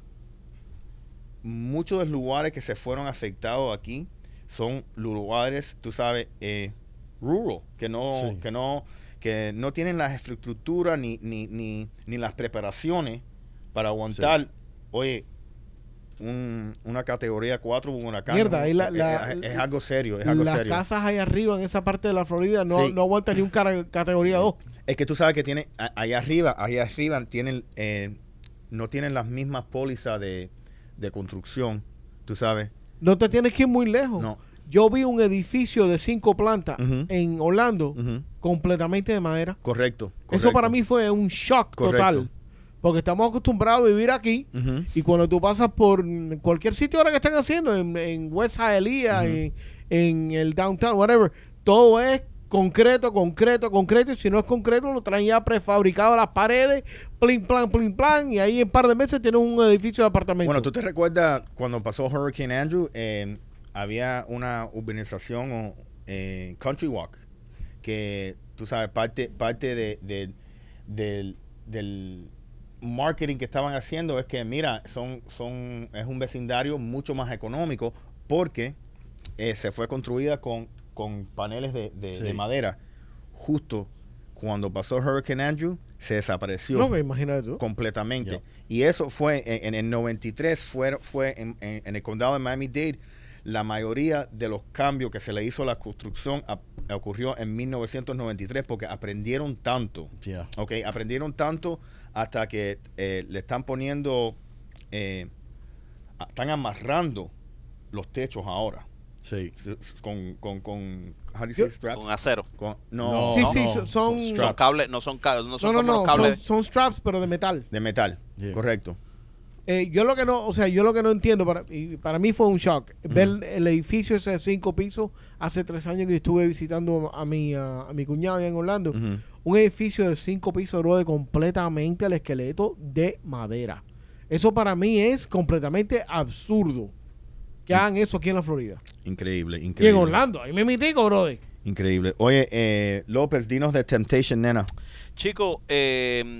Speaker 3: muchos de los lugares que se fueron afectados aquí son lugares, tú sabes, eh, rural, que no,
Speaker 4: Sí.
Speaker 3: que no, que no tienen las estructuras ni, ni, ni, ni las preparaciones para aguantar, oye, un, una categoría cuatro, un huracán.
Speaker 6: Mierda, ahí la- la-
Speaker 3: es, es algo serio, es algo
Speaker 6: Las
Speaker 3: serio.
Speaker 6: casas ahí arriba en esa parte de la Florida no,
Speaker 3: Sí.
Speaker 6: no aguantan ni un cara- categoría dos.
Speaker 3: Es que tú sabes que tiene, a- allá arriba, allá arriba tienen, eh, no tienen las mismas pólizas de, de construcción, tú sabes.
Speaker 6: No te tienes que ir muy lejos.
Speaker 3: No.
Speaker 6: Yo vi un edificio de cinco plantas
Speaker 3: Ujú.
Speaker 6: en Orlando
Speaker 3: Ujú.
Speaker 6: completamente de madera.
Speaker 3: Correcto,
Speaker 6: Eso
Speaker 3: correcto.
Speaker 6: para mí fue un shock
Speaker 3: Correcto.
Speaker 6: total. Porque estamos acostumbrados a vivir aquí.
Speaker 3: Ujú.
Speaker 6: Y cuando tú pasas por mm, cualquier sitio ahora que están haciendo, en, en West Hialeah,
Speaker 3: Ujú.
Speaker 6: en, en el downtown, whatever, todo es concreto, concreto, concreto. Y si no es concreto, lo traen ya prefabricado a las paredes, plin, plan, plin, plan. Y ahí en un par de meses tienes un edificio de apartamentos.
Speaker 3: Bueno, ¿tú te recuerdas cuando pasó Hurricane Andrew? Eh, había una urbanización, o, eh, Country Walk, que tú sabes, parte, parte de, de- del, del marketing que estaban haciendo es que, mira, son, son, es un vecindario mucho más económico porque eh, se fue construida con, con paneles de, de-
Speaker 4: Sí.
Speaker 3: de madera. Justo cuando pasó Hurricane Andrew, se desapareció
Speaker 6: No, que imagínate tú.
Speaker 3: completamente.
Speaker 4: Ya.
Speaker 3: Y eso fue en, en el noventa y tres, fue, fue en, en- en el condado de Miami-Dade. La mayoría de los cambios que se le hizo a la construcción a- ocurrió en mil novecientos noventa y tres porque aprendieron tanto.
Speaker 4: Yeah.
Speaker 3: Ok, aprendieron tanto hasta que eh, le están poniendo, eh, a- están amarrando los techos ahora.
Speaker 4: Sí.
Speaker 3: S- s- Con, con, con, how do you
Speaker 6: Yo-
Speaker 3: say straps?
Speaker 5: Con acero.
Speaker 3: Con-
Speaker 4: No,
Speaker 3: no,
Speaker 6: Sí,
Speaker 4: no,
Speaker 6: sí,
Speaker 4: no,
Speaker 6: son-
Speaker 4: son
Speaker 6: son-
Speaker 5: Son cables, no son, ca- no
Speaker 6: No,
Speaker 5: son
Speaker 6: no,
Speaker 5: como
Speaker 6: no,
Speaker 5: los cables.
Speaker 6: son, son straps, pero de metal.
Speaker 3: de metal,
Speaker 4: Yeah.
Speaker 3: correcto.
Speaker 6: Eh, yo lo que no, o sea, yo lo que no entiendo, para, y para mí fue un shock, ver el edificio ese de cinco pisos, hace tres años que estuve visitando a mi, a, a mi cuñado allá en Orlando,
Speaker 3: Ujú.
Speaker 6: un edificio de cinco pisos, bro, de completamente el esqueleto de madera. Eso para mí es completamente absurdo que hagan eso aquí en la Florida.
Speaker 3: Increíble,
Speaker 6: Y en
Speaker 3: increíble.
Speaker 6: Orlando, ahí me mitico, brother.
Speaker 3: Increíble. Oye, eh, López, dinos de Temptation, nena.
Speaker 5: Chico, eh,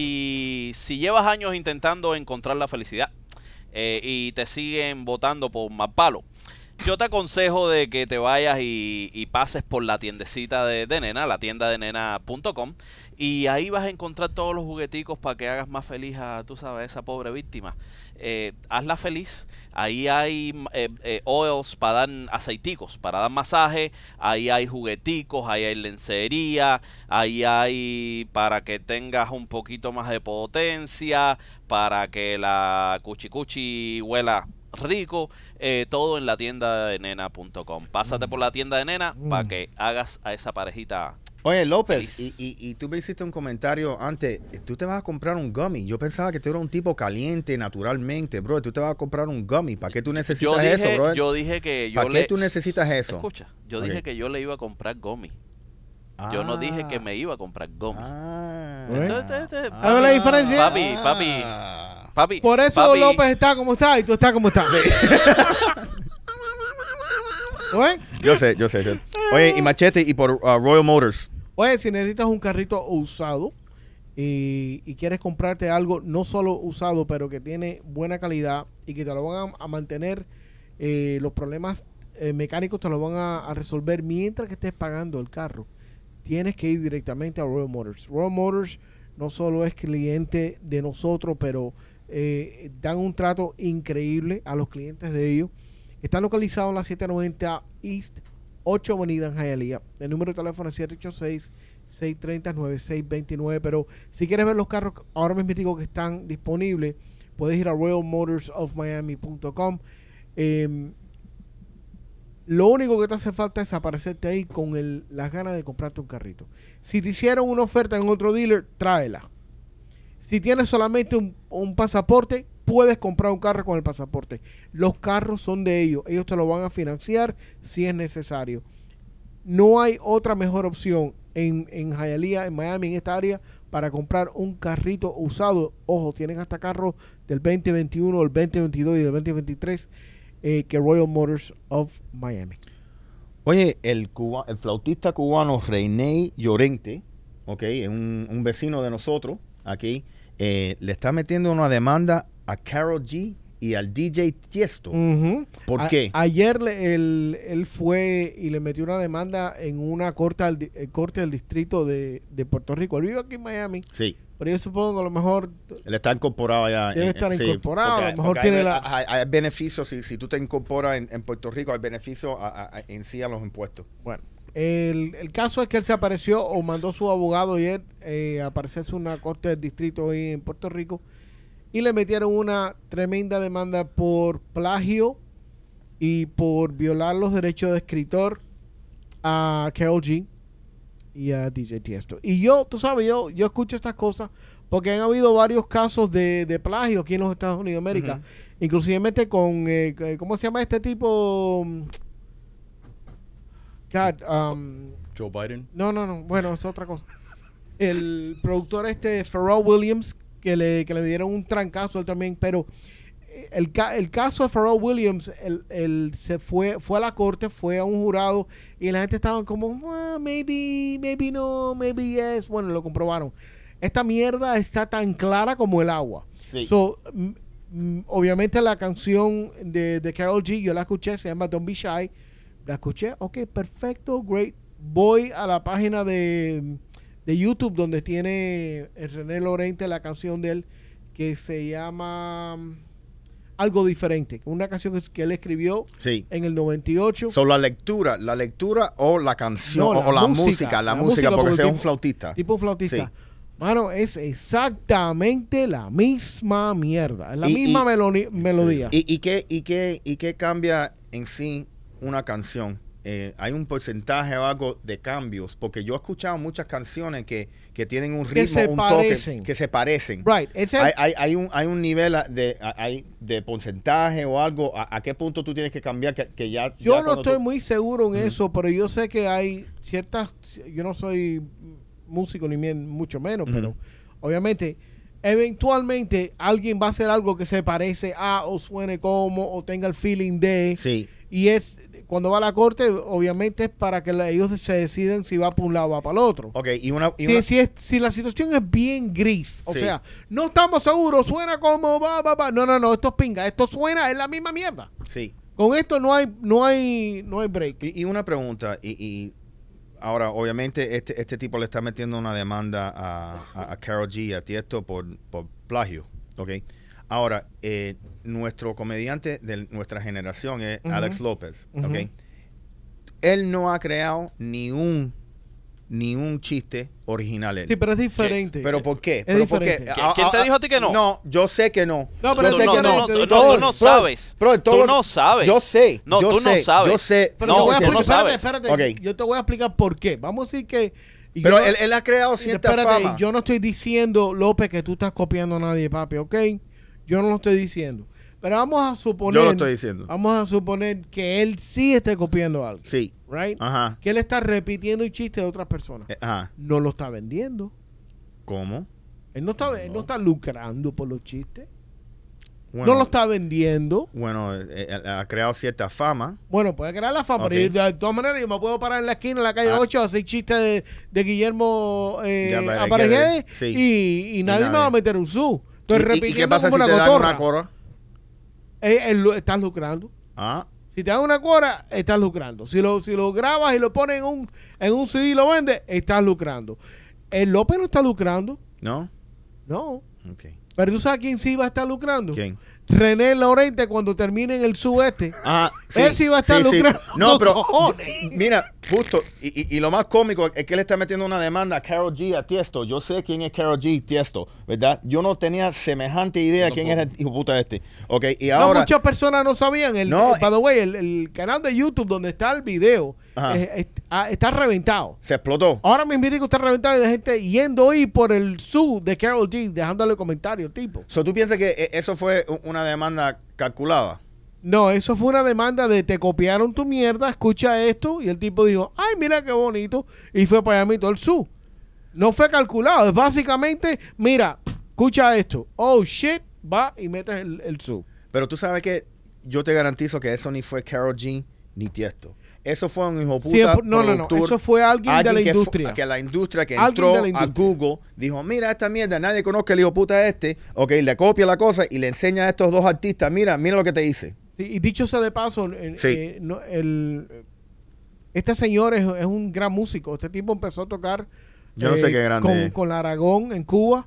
Speaker 5: si, si llevas años intentando encontrar la felicidad eh, y te siguen votando por más palo, yo te aconsejo de que te vayas y, y pases por la tiendecita de, de Nena, la tienda de nena punto com, y ahí vas a encontrar todos los jugueticos para que hagas más feliz a, tú sabes, esa pobre víctima. Eh, hazla feliz. Ahí hay eh, eh, oils para dar aceiticos, para dar masaje. Ahí hay jugueticos, ahí hay lencería, ahí hay para que tengas un poquito más de potencia, para que la cuchicuchi huela rico. Eh, todo en la tienda de nena punto com. Pásate por la tienda de Nena
Speaker 6: Mm.
Speaker 5: para que hagas a esa parejita.
Speaker 3: Oye, López, y,
Speaker 5: Feliz.
Speaker 3: y, y tú me hiciste un comentario antes. Tú te vas a comprar un gummy. Yo pensaba que tú eras un tipo caliente naturalmente, bro. Tú te vas a comprar un gummy. ¿Para qué tú necesitas
Speaker 5: Yo dije,
Speaker 3: eso, bro?
Speaker 5: yo dije que yo
Speaker 3: ¿Para qué
Speaker 5: le...
Speaker 3: tú necesitas eso?
Speaker 5: Escucha, yo
Speaker 3: Ok.
Speaker 5: dije que yo le iba a comprar gomi. Yo no dije que me iba a comprar gomi.
Speaker 3: Ah,
Speaker 6: ¿Eh?
Speaker 5: Entonces, este-
Speaker 3: ah,
Speaker 6: ¿Sabes la diferencia?
Speaker 5: Papi, papi.
Speaker 3: ah.
Speaker 5: Papi,
Speaker 6: Por eso
Speaker 5: papi,
Speaker 6: López está como está y tú estás como estás. ¿Oye?
Speaker 3: Yo sé, yo sé, yo sé. Oye, y Machete, y por uh, Royal Motors.
Speaker 6: Oye, si necesitas un carrito usado y, y quieres comprarte algo no solo usado, pero que tiene buena calidad y que te lo van a, a mantener, eh, los problemas eh, mecánicos te lo van a, a resolver mientras que estés pagando el carro, tienes que ir directamente a Royal Motors. Royal Motors no solo es cliente de nosotros, pero eh, dan un trato increíble a los clientes de ellos. Están localizados en la setecientos noventa East ocho Avenida en Hialeah. El número de teléfono es siete ocho seis, seis tres cero, nueve seis dos nueve. Pero si quieres ver los carros ahora mismo digo que están disponibles, puedes ir a royal motors of miami punto com. Eh, lo único que te hace falta es aparecerte ahí con el, las ganas de comprarte un carrito. Si te hicieron una oferta en otro dealer, tráela. Si tienes solamente un, un pasaporte, puedes comprar un carro con el pasaporte. Los carros son de ellos. Ellos te lo van a financiar si es necesario. No hay otra mejor opción en, en Hialeah, en Miami, en esta área, para comprar un carrito usado. Ojo, tienen hasta carros del veinte veintiuno, del veinte veintidós y del veinte veintitrés eh, que Royal Motors of Miami.
Speaker 3: Oye, el, cuba, el flautista cubano René Llorente, ok, un, un vecino de nosotros aquí, eh, le está metiendo una demanda a Karol G y al D J Tiesto.
Speaker 6: Ujú.
Speaker 3: ¿Por
Speaker 6: A-
Speaker 3: qué?
Speaker 6: Ayer le- él, él fue y le metió una demanda en una corte, al, di- eh, corte del distrito de, de Puerto Rico. Él vive aquí en Miami,
Speaker 3: Sí.
Speaker 6: Pero yo supongo que a lo mejor
Speaker 3: Él está incorporado ya.
Speaker 6: debe
Speaker 3: en-
Speaker 6: estar
Speaker 3: sí,
Speaker 6: incorporado.
Speaker 3: porque-
Speaker 6: a lo mejor
Speaker 3: porque
Speaker 6: tiene
Speaker 3: hay,
Speaker 6: la...
Speaker 3: hay, hay beneficios, si, si tú te incorporas en, en Puerto Rico, hay beneficios a- a- a- en sí a los impuestos.
Speaker 6: Bueno, el, el caso es que él se apareció o mandó a su abogado ayer eh, a aparecerse en una corte del distrito ahí en Puerto Rico y le metieron una tremenda demanda por plagio y por violar los derechos de escritor a Karol G y a D J Tiesto. Y yo, tú sabes, yo, yo escucho estas cosas porque han habido varios casos de, de plagio aquí en los Estados Unidos de América.
Speaker 3: Ujú.
Speaker 6: Inclusivemente con, eh, ¿cómo se llama este tipo? God, um,
Speaker 4: Joe Biden.
Speaker 6: no, no, no. Bueno, es otra cosa. El productor este, Pharrell Williams, que le, que le dieron un trancazo a él también, pero eh, el, ca- el caso de Pharrell Williams, él, él se fue, fue a la corte, fue a un jurado y la gente estaba como, "Ah, maybe, maybe no, maybe yes." Bueno, lo comprobaron. Esta mierda está tan clara como el agua.
Speaker 3: Sí.
Speaker 6: So, mm, mm, obviamente la canción de, de Karol G, yo la escuché, se llama Don't Be Shy. La escuché, ok, perfecto, great. Voy a la página de, de YouTube donde tiene el René Lorente la canción de él que se llama um, Algo Diferente. Una canción que, que él escribió
Speaker 3: Sí.
Speaker 6: en el noventa y ocho.
Speaker 3: So, la lectura, la lectura o la canción
Speaker 6: No,
Speaker 3: o, o la
Speaker 6: música,
Speaker 3: música, la,
Speaker 6: la
Speaker 3: música,
Speaker 6: música,
Speaker 3: porque
Speaker 6: porque
Speaker 3: sea un
Speaker 6: tipo-
Speaker 3: flautista.
Speaker 6: Tipo flautista.
Speaker 3: Sí.
Speaker 6: Mano, es exactamente la misma mierda. Es la
Speaker 3: Y-
Speaker 6: misma
Speaker 3: y-
Speaker 6: meloni- melodía.
Speaker 3: ¿Y, y, qué, y, qué, ¿Y qué cambia en sí una canción? Eh, ¿Hay un porcentaje o algo de cambios? Porque yo he escuchado muchas canciones que, que tienen un
Speaker 6: Que
Speaker 3: ritmo,
Speaker 6: se
Speaker 3: un
Speaker 6: parecen.
Speaker 3: toque, que se parecen.
Speaker 6: Right. Ese
Speaker 3: Hay,
Speaker 6: es-
Speaker 3: hay, hay, un, hay un nivel a- de, a- hay de porcentaje o algo. ¿A, a qué punto tú tienes que cambiar? Que, que ya,
Speaker 6: Yo
Speaker 3: ya
Speaker 6: no
Speaker 3: cuando
Speaker 6: estoy
Speaker 3: tú-
Speaker 6: muy seguro en eso, pero yo sé que hay ciertas... Yo no soy músico ni bien, mucho menos, pero obviamente, eventualmente alguien va a hacer algo que se parece a o suene como o tenga el feeling de...
Speaker 3: Sí.
Speaker 6: Y es... Cuando va a la corte, obviamente es para que la- ellos se deciden si va para un lado o va para el otro.
Speaker 3: Ok, y una... Y
Speaker 6: Si,
Speaker 3: una
Speaker 6: si, es, si la situación es bien gris, o
Speaker 3: Sí.
Speaker 6: sea, no estamos seguros, suena como va, va, va. No, no, no, esto es pinga, esto suena, es la misma mierda.
Speaker 3: sí.
Speaker 6: Con esto no hay, no hay, no hay break.
Speaker 3: Y, y una pregunta, y, y ahora obviamente este, este tipo le está metiendo una demanda a, a, a Karol G, a Tiesto por, por plagio, ¿ok? Ahora, eh, nuestro comediante de nuestra generación es
Speaker 6: Ujú.
Speaker 3: Alex López, ¿ok?
Speaker 6: Ujú.
Speaker 3: Él no ha creado ni un, ni un chiste original. Él.
Speaker 6: Sí, pero es diferente.
Speaker 3: ¿Pero por qué?
Speaker 6: Es
Speaker 3: ¿Pero por qué?
Speaker 6: diferente.
Speaker 5: ¿Qui- quién te dijo a ti que no?
Speaker 3: No, yo sé que no.
Speaker 6: No,
Speaker 3: Yo
Speaker 6: pero es
Speaker 3: sé
Speaker 5: no,
Speaker 3: que
Speaker 5: no, no,
Speaker 6: diferente,
Speaker 5: tú,
Speaker 6: es
Speaker 5: no, tú
Speaker 6: diferente.
Speaker 5: no
Speaker 3: Bro,
Speaker 5: sabes.
Speaker 3: bro, todo
Speaker 5: tú
Speaker 3: lo-
Speaker 5: no sabes.
Speaker 3: Yo sé.
Speaker 5: No,
Speaker 3: yo
Speaker 5: tú no
Speaker 3: sé,
Speaker 5: sabes.
Speaker 3: Yo sé.
Speaker 6: Pero
Speaker 5: No,
Speaker 6: te voy a
Speaker 5: tú no
Speaker 6: explicar,
Speaker 5: sabes.
Speaker 6: espérate, espérate.
Speaker 3: Ok.
Speaker 6: Yo te voy a explicar por qué. Vamos a decir que... y
Speaker 3: Pero
Speaker 6: yo-
Speaker 3: él, él ha creado cierta
Speaker 6: espérate,
Speaker 3: fama.
Speaker 6: yo no estoy diciendo, López, que tú estás copiando a nadie, papi, ¿ok? Yo no lo estoy diciendo. Pero vamos a suponer...
Speaker 3: Yo lo estoy diciendo.
Speaker 6: Vamos a suponer que él sí esté copiando algo.
Speaker 3: Sí.
Speaker 6: Right?
Speaker 3: Ajá.
Speaker 6: Que él está repitiendo un chiste de otras personas.
Speaker 3: Eh, Ajá.
Speaker 6: No lo está vendiendo.
Speaker 3: ¿Cómo?
Speaker 6: Él no está, él no está lucrando por los chistes.
Speaker 3: Bueno,
Speaker 6: No lo está vendiendo.
Speaker 3: Bueno, eh, eh, ha creado cierta fama.
Speaker 6: Bueno, puede crear la fama.
Speaker 3: Ok.
Speaker 6: pero de todas maneras, yo me puedo parar en la esquina, en la calle
Speaker 3: Ah.
Speaker 6: ocho, a hacer chistes de, de Guillermo eh,
Speaker 3: Ya, pero
Speaker 6: Aparejé
Speaker 3: que- sí.
Speaker 6: y, y nadie
Speaker 3: nadie.
Speaker 6: me va a meter un su. Estoy
Speaker 3: ¿Y- y, ¿Y
Speaker 6: repitiendo
Speaker 3: qué pasa si
Speaker 6: como
Speaker 3: te
Speaker 6: una
Speaker 3: dan
Speaker 6: cotorra.
Speaker 3: una cora?
Speaker 6: Eh, eh, lo- estás lucrando.
Speaker 3: Ah,
Speaker 6: Si te dan una cuora, estás lucrando. Si lo, si lo grabas y lo pones en un, en un C D y lo vendes, estás lucrando. El López no está lucrando.
Speaker 3: ¿no?
Speaker 6: No.
Speaker 3: Ok.
Speaker 6: Pero tú sabes quién sí va a estar lucrando.
Speaker 3: ¿Quién?
Speaker 6: René Lorente cuando termine en el sudeste.
Speaker 3: Ah,
Speaker 6: Él sí va a estar lucrando.
Speaker 3: No, pero
Speaker 6: Cojones.
Speaker 3: mira, justo, y, y, y lo más cómico es que él está metiendo una demanda a Karol G, a Tiesto. Yo sé quién es Karol G, Tiesto, ¿verdad? Yo no tenía semejante idea
Speaker 4: No
Speaker 3: quién
Speaker 4: puedo.
Speaker 3: era el hijo puta este. Ok, y
Speaker 6: No,
Speaker 3: ahora...
Speaker 6: muchas personas no sabían. El,
Speaker 3: No,
Speaker 6: el- by the way, el, el canal de YouTube donde está el video
Speaker 3: Ajá.
Speaker 6: eh, est- ah, está reventado.
Speaker 3: Se explotó.
Speaker 6: Ahora mismo que está reventado y de gente yendo ahí por el su de Karol G, dejándole comentarios, tipo.
Speaker 3: So, ¿tú piensas que eh, eso fue u- una demanda calculada?
Speaker 6: No, eso fue una demanda de te copiaron tu mierda, escucha esto. Y el tipo dijo, ay, mira qué bonito. Y fue para allá todo el su. No fue calculado. Es básicamente, mira, escucha esto. Oh, shit, va y metes el, el su.
Speaker 3: Pero tú sabes que yo te garantizo que eso ni fue Karol G ni Tiesto. Eso fue un hijo puta
Speaker 6: Siempre- no, no, no.
Speaker 3: productor,
Speaker 6: Eso fue alguien, de la
Speaker 3: que fu-
Speaker 6: industria.
Speaker 3: que la industria que
Speaker 6: Alguien
Speaker 3: entró
Speaker 6: de la
Speaker 3: a
Speaker 6: industria.
Speaker 3: Google, dijo, mira esta mierda, nadie conoce el hijo puta este. Ok, le copia la cosa y le enseña a estos dos artistas, mira, mira lo que te hice.
Speaker 6: Sí, y dicho sea de paso, eh,
Speaker 3: Sí.
Speaker 6: eh, no, el, este señor es, es un gran músico. Este tipo empezó a tocar
Speaker 3: Yo no sé qué grande
Speaker 6: con,
Speaker 3: es.
Speaker 6: con la Aragón en Cuba.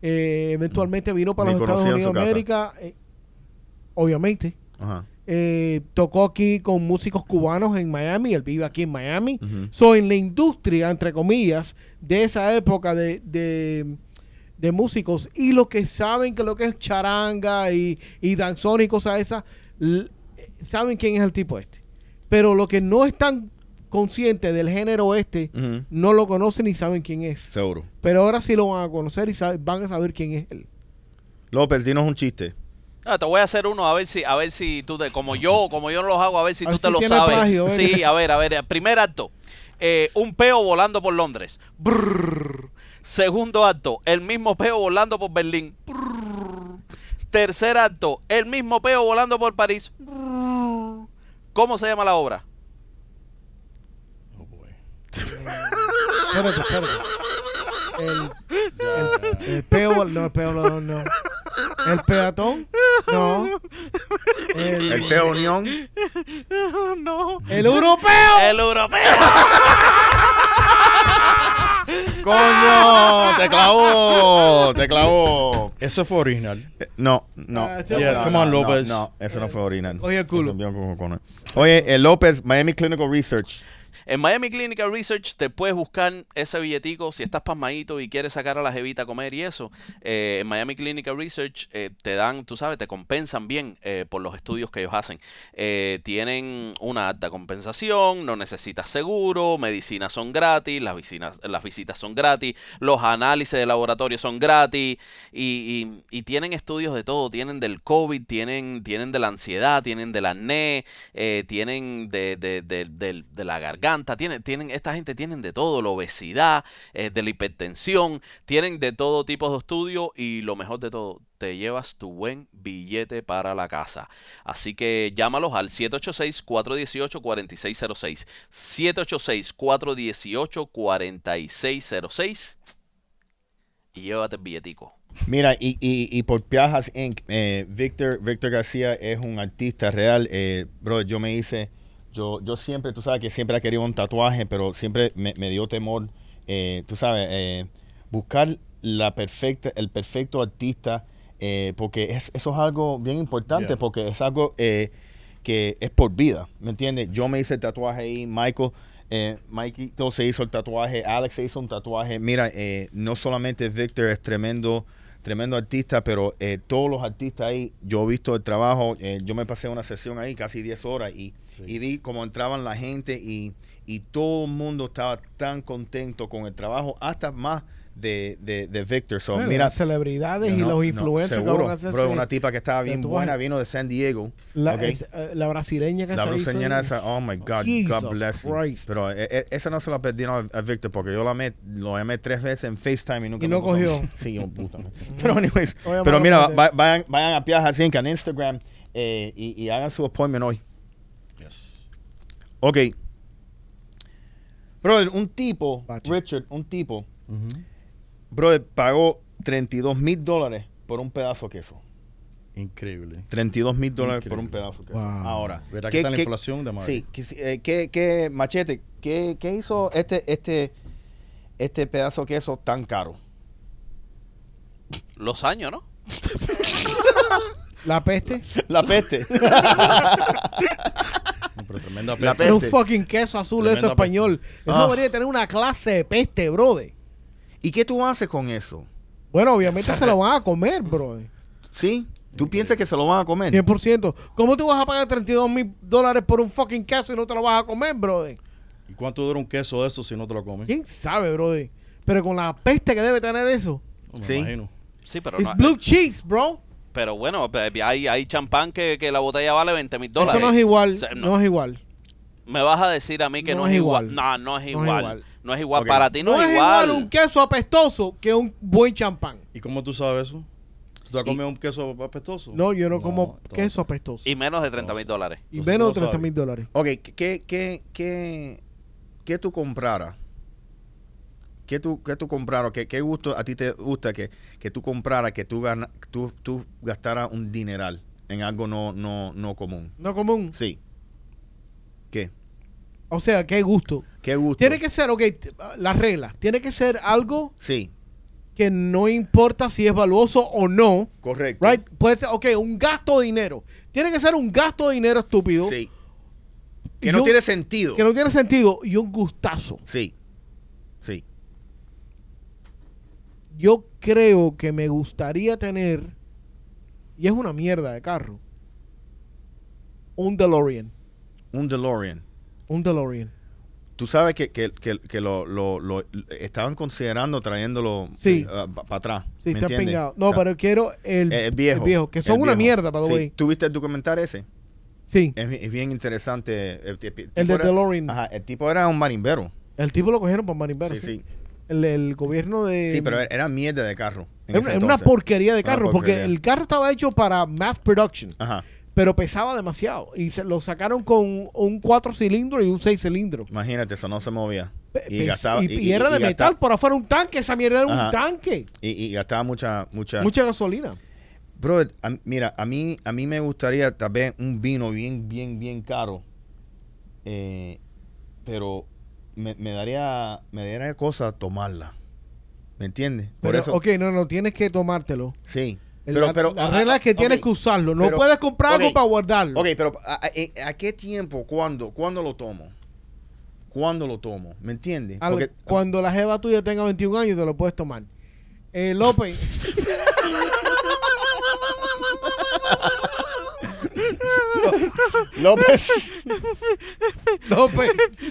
Speaker 6: Eh, eventualmente vino para
Speaker 3: Ni
Speaker 6: los Estados
Speaker 3: conocían su
Speaker 6: Unidos de América. eh, obviamente.
Speaker 3: Ajá.
Speaker 6: Eh, tocó aquí con músicos cubanos en Miami. Él vive aquí en Miami.
Speaker 3: Ujú.
Speaker 6: So, en la industria, entre comillas, de esa época de, de, de músicos y los que saben que lo que es charanga y, y danzón y cosas esas, l- saben quién es el tipo este. Pero los que no están conscientes del género este,
Speaker 3: Ujú.
Speaker 6: no lo conocen ni saben quién es.
Speaker 3: Seguro.
Speaker 6: Pero ahora sí lo van a conocer y sabe- van a saber quién es él.
Speaker 3: López, dinos un chiste.
Speaker 5: Ah, te voy a hacer uno a ver si, a ver si tú te, como yo, como yo no los hago, a ver si
Speaker 6: A
Speaker 5: tú
Speaker 6: ver
Speaker 5: te
Speaker 6: si
Speaker 5: lo
Speaker 6: tiene
Speaker 5: sabes.
Speaker 6: plagio, venga.
Speaker 5: Sí, a ver, a ver. Primer acto, eh, un peo volando por Londres. Brrr. Segundo acto, el mismo peo volando por Berlín. Brrr. Tercer acto, el mismo peo volando por París. Brrr. ¿Cómo se llama la obra?
Speaker 4: Oh, boy.
Speaker 6: Espérate, espérate. El, el, el peo, no, el peo, no, no. El peatón, no. El,
Speaker 3: El Peo Unión.
Speaker 5: No.
Speaker 6: el europeo.
Speaker 5: El europeo.
Speaker 3: ¡Coño! ¡Te clavó! ¡Te clavó!
Speaker 4: Ese fue original.
Speaker 3: Eh, No, no.
Speaker 6: Ah,
Speaker 3: no,
Speaker 4: yes,
Speaker 3: no,
Speaker 4: come on,
Speaker 3: no,
Speaker 4: López.
Speaker 3: No, eso no fue original.
Speaker 6: Oye, el culo.
Speaker 3: Eso envió con cojones. Oye, el López, Miami Clinical Research.
Speaker 5: En Miami Clinical Research te puedes buscar ese billetico si estás pasmadito y quieres sacar a la jevita a comer y eso. Eh, en Miami Clinical Research eh, te dan, tú sabes, te compensan bien eh, por los estudios que ellos hacen. Eh, tienen una alta compensación, no necesitas seguro, medicinas son gratis, las visitas, las visitas son gratis, los análisis de laboratorio son gratis y, y- y tienen estudios de todo. Tienen del COVID, tienen, tienen de la ansiedad, tienen del acné, eh, tienen de, de, de, de- de la garganta. Tienen, tienen, esta gente tienen de todo, la obesidad, eh, de la hipertensión, tienen de todo tipo de estudio y lo mejor de todo, te llevas tu buen billete para la casa. Así que llámalos al siete ocho seis, cuatro uno ocho, cuatro seis cero seis, siete ocho seis, cuatro uno ocho, cuatro seis cero seis y llévate el billetico.
Speaker 3: Mira, y, y, y por Piajas incorporated, eh, Víctor, Víctor García es un artista real. Eh, bro, yo me hice, yo, yo siempre, tú sabes que siempre he querido un tatuaje, pero siempre me, me dio temor, eh, tú sabes, eh, buscar la perfecta, el perfecto artista, eh, porque es, eso es algo bien importante,
Speaker 4: Yeah.
Speaker 3: porque es algo eh, que es por vida, ¿me entiendes? Yo me hice el tatuaje ahí, Michael, eh, Mikey se hizo el tatuaje, Alex se hizo un tatuaje. Mira, eh, no solamente Victor es tremendo, tremendo artista, pero eh, todos los artistas ahí, yo he visto el trabajo, eh, yo me pasé una sesión ahí casi diez horas y,
Speaker 4: Sí.
Speaker 3: y vi cómo entraban la gente y, y todo el mundo estaba tan contento con el trabajo, hasta más de, de, de Victor. So,
Speaker 6: Bueno,
Speaker 3: mira,
Speaker 6: las celebridades y
Speaker 3: no,
Speaker 6: los
Speaker 3: no,
Speaker 6: influencers que
Speaker 3: seguro,
Speaker 6: van a hacerse
Speaker 3: bro, una tipa que estaba bien
Speaker 6: tatuaje.
Speaker 3: buena, vino de San Diego.
Speaker 6: La,
Speaker 3: ok.
Speaker 6: es, eh, la brasileña que
Speaker 3: La
Speaker 6: se hizo.
Speaker 3: brasileña esa, oh my God,
Speaker 6: Jesus
Speaker 3: God bless you.
Speaker 6: Christ.
Speaker 3: Pero eh, eh, esa no se la perdieron a, a Victor porque yo la met, lo llamé tres veces en FaceTime y nunca
Speaker 6: Y
Speaker 3: me
Speaker 6: no
Speaker 3: cogió.
Speaker 6: cogió.
Speaker 3: Sí, yo puta. Pero anyways,
Speaker 6: Voy a
Speaker 3: pero
Speaker 6: llamar
Speaker 3: mira,
Speaker 6: a
Speaker 3: va- vayan, vayan a Piaja Zinc en Instagram eh, y, y hagan su appointment hoy.
Speaker 4: Yes.
Speaker 3: Ok. Brother, un tipo,
Speaker 6: Bache.
Speaker 3: Richard, un tipo,
Speaker 4: Ujú.
Speaker 3: brother, pagó treinta y dos mil dólares por un pedazo de queso.
Speaker 4: Increíble.
Speaker 3: treinta y dos mil dólares por un
Speaker 4: Increíble.
Speaker 3: pedazo de queso.
Speaker 6: Wow.
Speaker 3: Ahora,
Speaker 4: ¿Verdad que
Speaker 3: ¿qué-
Speaker 4: está la
Speaker 3: qué-
Speaker 4: inflación de madre?
Speaker 3: Sí, que, eh, ¿qué, qué- Machete, ¿qué, qué hizo este, este, este pedazo de queso tan caro?
Speaker 5: Los años, ¿no?
Speaker 6: La peste.
Speaker 3: La peste.
Speaker 4: Pero tremenda
Speaker 3: La
Speaker 4: peste.
Speaker 6: Era un
Speaker 3: peste.
Speaker 6: fucking queso azul,
Speaker 4: Tremenda
Speaker 6: eso español. Eso
Speaker 3: Ah.
Speaker 6: debería tener una clase de peste, brother.
Speaker 3: ¿Y qué tú haces con eso?
Speaker 6: Bueno, obviamente se lo van a comer, brother.
Speaker 3: ¿Sí? ¿Tú piensas que se lo van a comer?
Speaker 6: cien por ciento. ¿Cómo tú vas a pagar treinta y dos mil dólares por un fucking queso y no te lo vas a comer, brother?
Speaker 4: ¿Y cuánto dura un queso de eso si no te lo comes?
Speaker 6: ¿Quién sabe, brother? Pero con la peste que debe tener eso.
Speaker 4: No me
Speaker 3: Sí.
Speaker 4: imagino.
Speaker 5: Sí, pero
Speaker 6: It's
Speaker 5: no,
Speaker 6: blue cheese, bro.
Speaker 5: pero bueno, pe- hay, hay champán que, que la botella vale veinte mil dólares.
Speaker 6: Eso no es igual.
Speaker 5: O sea,
Speaker 6: no.
Speaker 5: no.
Speaker 6: es igual.
Speaker 5: Me vas a decir a mí que no, es igual. No, no es igual.
Speaker 6: igual.
Speaker 5: No es igual.
Speaker 3: Ok.
Speaker 5: Para ti no,
Speaker 6: No,
Speaker 5: es
Speaker 6: es
Speaker 5: igual.
Speaker 6: igual un queso apestoso que un buen champán.
Speaker 4: ¿Y cómo tú sabes eso? ¿Tú te has
Speaker 3: Y-
Speaker 4: comido un queso apestoso?
Speaker 6: No, yo no, como
Speaker 4: entonces-
Speaker 6: queso apestoso.
Speaker 5: Y menos de treinta mil dólares.
Speaker 6: Y
Speaker 4: entonces
Speaker 6: menos
Speaker 4: no
Speaker 6: de treinta
Speaker 4: sabe.
Speaker 6: mil dólares.
Speaker 3: Ok, ¿qué, qué, qué, qué tú compraras? ¿Qué tú, qué tú compraras? ¿Qué, qué gusto a ti te gusta que, que tú compraras, que tú, gana, tú, tú gastaras un dineral en algo no, no, no común?
Speaker 6: No común.
Speaker 3: Sí. ¿Qué?
Speaker 6: O sea, qué gusto.
Speaker 3: ¿Qué gusto?
Speaker 6: Tiene que ser, ok, t- las reglas. Tiene que ser algo
Speaker 3: Sí.
Speaker 6: que no importa si es valuoso o no.
Speaker 3: Correcto.
Speaker 6: Right? Puede ser, ok, un gasto de dinero. Tiene que ser un gasto de dinero estúpido.
Speaker 3: Sí. Que
Speaker 6: Y
Speaker 3: no
Speaker 6: un-
Speaker 3: tiene sentido.
Speaker 6: Que no tiene sentido y un gustazo.
Speaker 3: Sí. Sí.
Speaker 6: Yo creo que me gustaría tener, y es una mierda de carro, un DeLorean.
Speaker 3: Un DeLorean.
Speaker 6: Un DeLorean.
Speaker 3: Tú sabes que, que, que, que lo, lo, lo estaban considerando trayéndolo
Speaker 6: Sí.
Speaker 3: para atrás.
Speaker 6: Sí,
Speaker 3: ¿me
Speaker 6: está
Speaker 3: entiendes?
Speaker 6: pingado. No,
Speaker 3: O sea,
Speaker 6: pero quiero el,
Speaker 3: el viejo.
Speaker 6: el viejo, que
Speaker 3: el
Speaker 6: son una
Speaker 3: viejo.
Speaker 6: mierda, by the
Speaker 3: Sí.
Speaker 6: way.
Speaker 3: ¿Tú viste el documental ese?
Speaker 6: Sí.
Speaker 3: Es, bi- es bien interesante. El, tipo
Speaker 6: El de
Speaker 3: era-
Speaker 6: DeLorean.
Speaker 3: Ajá, el tipo era un marimbero.
Speaker 6: El tipo lo cogieron por marimbero.
Speaker 3: Sí,
Speaker 6: Sí,
Speaker 3: sí.
Speaker 6: El, el gobierno de...
Speaker 3: Sí, pero era mierda de carro. en
Speaker 6: Era
Speaker 3: ese
Speaker 6: una, era una
Speaker 3: entonces.
Speaker 6: porquería de
Speaker 3: Una
Speaker 6: carro, porque
Speaker 3: porquería.
Speaker 6: el carro estaba hecho para mass production,
Speaker 3: Ajá.
Speaker 6: pero pesaba demasiado. Y se lo sacaron con un cuatro cilindros y un seis cilindros.
Speaker 3: Imagínate, eso no se movía.
Speaker 6: Pe-
Speaker 3: Y
Speaker 6: pes-
Speaker 3: gastaba.
Speaker 6: y, y era de
Speaker 3: y
Speaker 6: metal,
Speaker 3: gastaba-
Speaker 6: por afuera un tanque. Esa mierda era
Speaker 3: Ajá.
Speaker 6: un tanque.
Speaker 3: Y, y gastaba mucha, mucha.
Speaker 6: Mucha gasolina.
Speaker 3: Brother, a- mira, a mí, a mí me gustaría tal vez un vino bien, bien, bien caro. Eh, pero me, me daría, me daría cosa tomarla. ¿Me entiendes? Por
Speaker 6: Pero,
Speaker 3: eso.
Speaker 6: ok, no, no, tienes que tomártelo.
Speaker 3: Sí.
Speaker 6: El-
Speaker 3: Pero,
Speaker 6: la,
Speaker 3: pero,
Speaker 6: la
Speaker 3: ah,
Speaker 6: regla es que
Speaker 3: ah,
Speaker 6: tienes
Speaker 3: ok.
Speaker 6: que usarlo. No
Speaker 3: Pero-
Speaker 6: puedes comprar algo
Speaker 3: ok.
Speaker 6: para guardarlo.
Speaker 3: Ok, pero ¿a, a- a qué tiempo? ¿Cuándo? ¿Cuándo lo tomo? ¿Cuándo lo tomo? ¿Me entiendes?
Speaker 6: Al-
Speaker 3: Porque
Speaker 6: cuando la jeva tuya tenga veintiún años, te lo puedes tomar. Eh, López.
Speaker 3: López.
Speaker 6: López.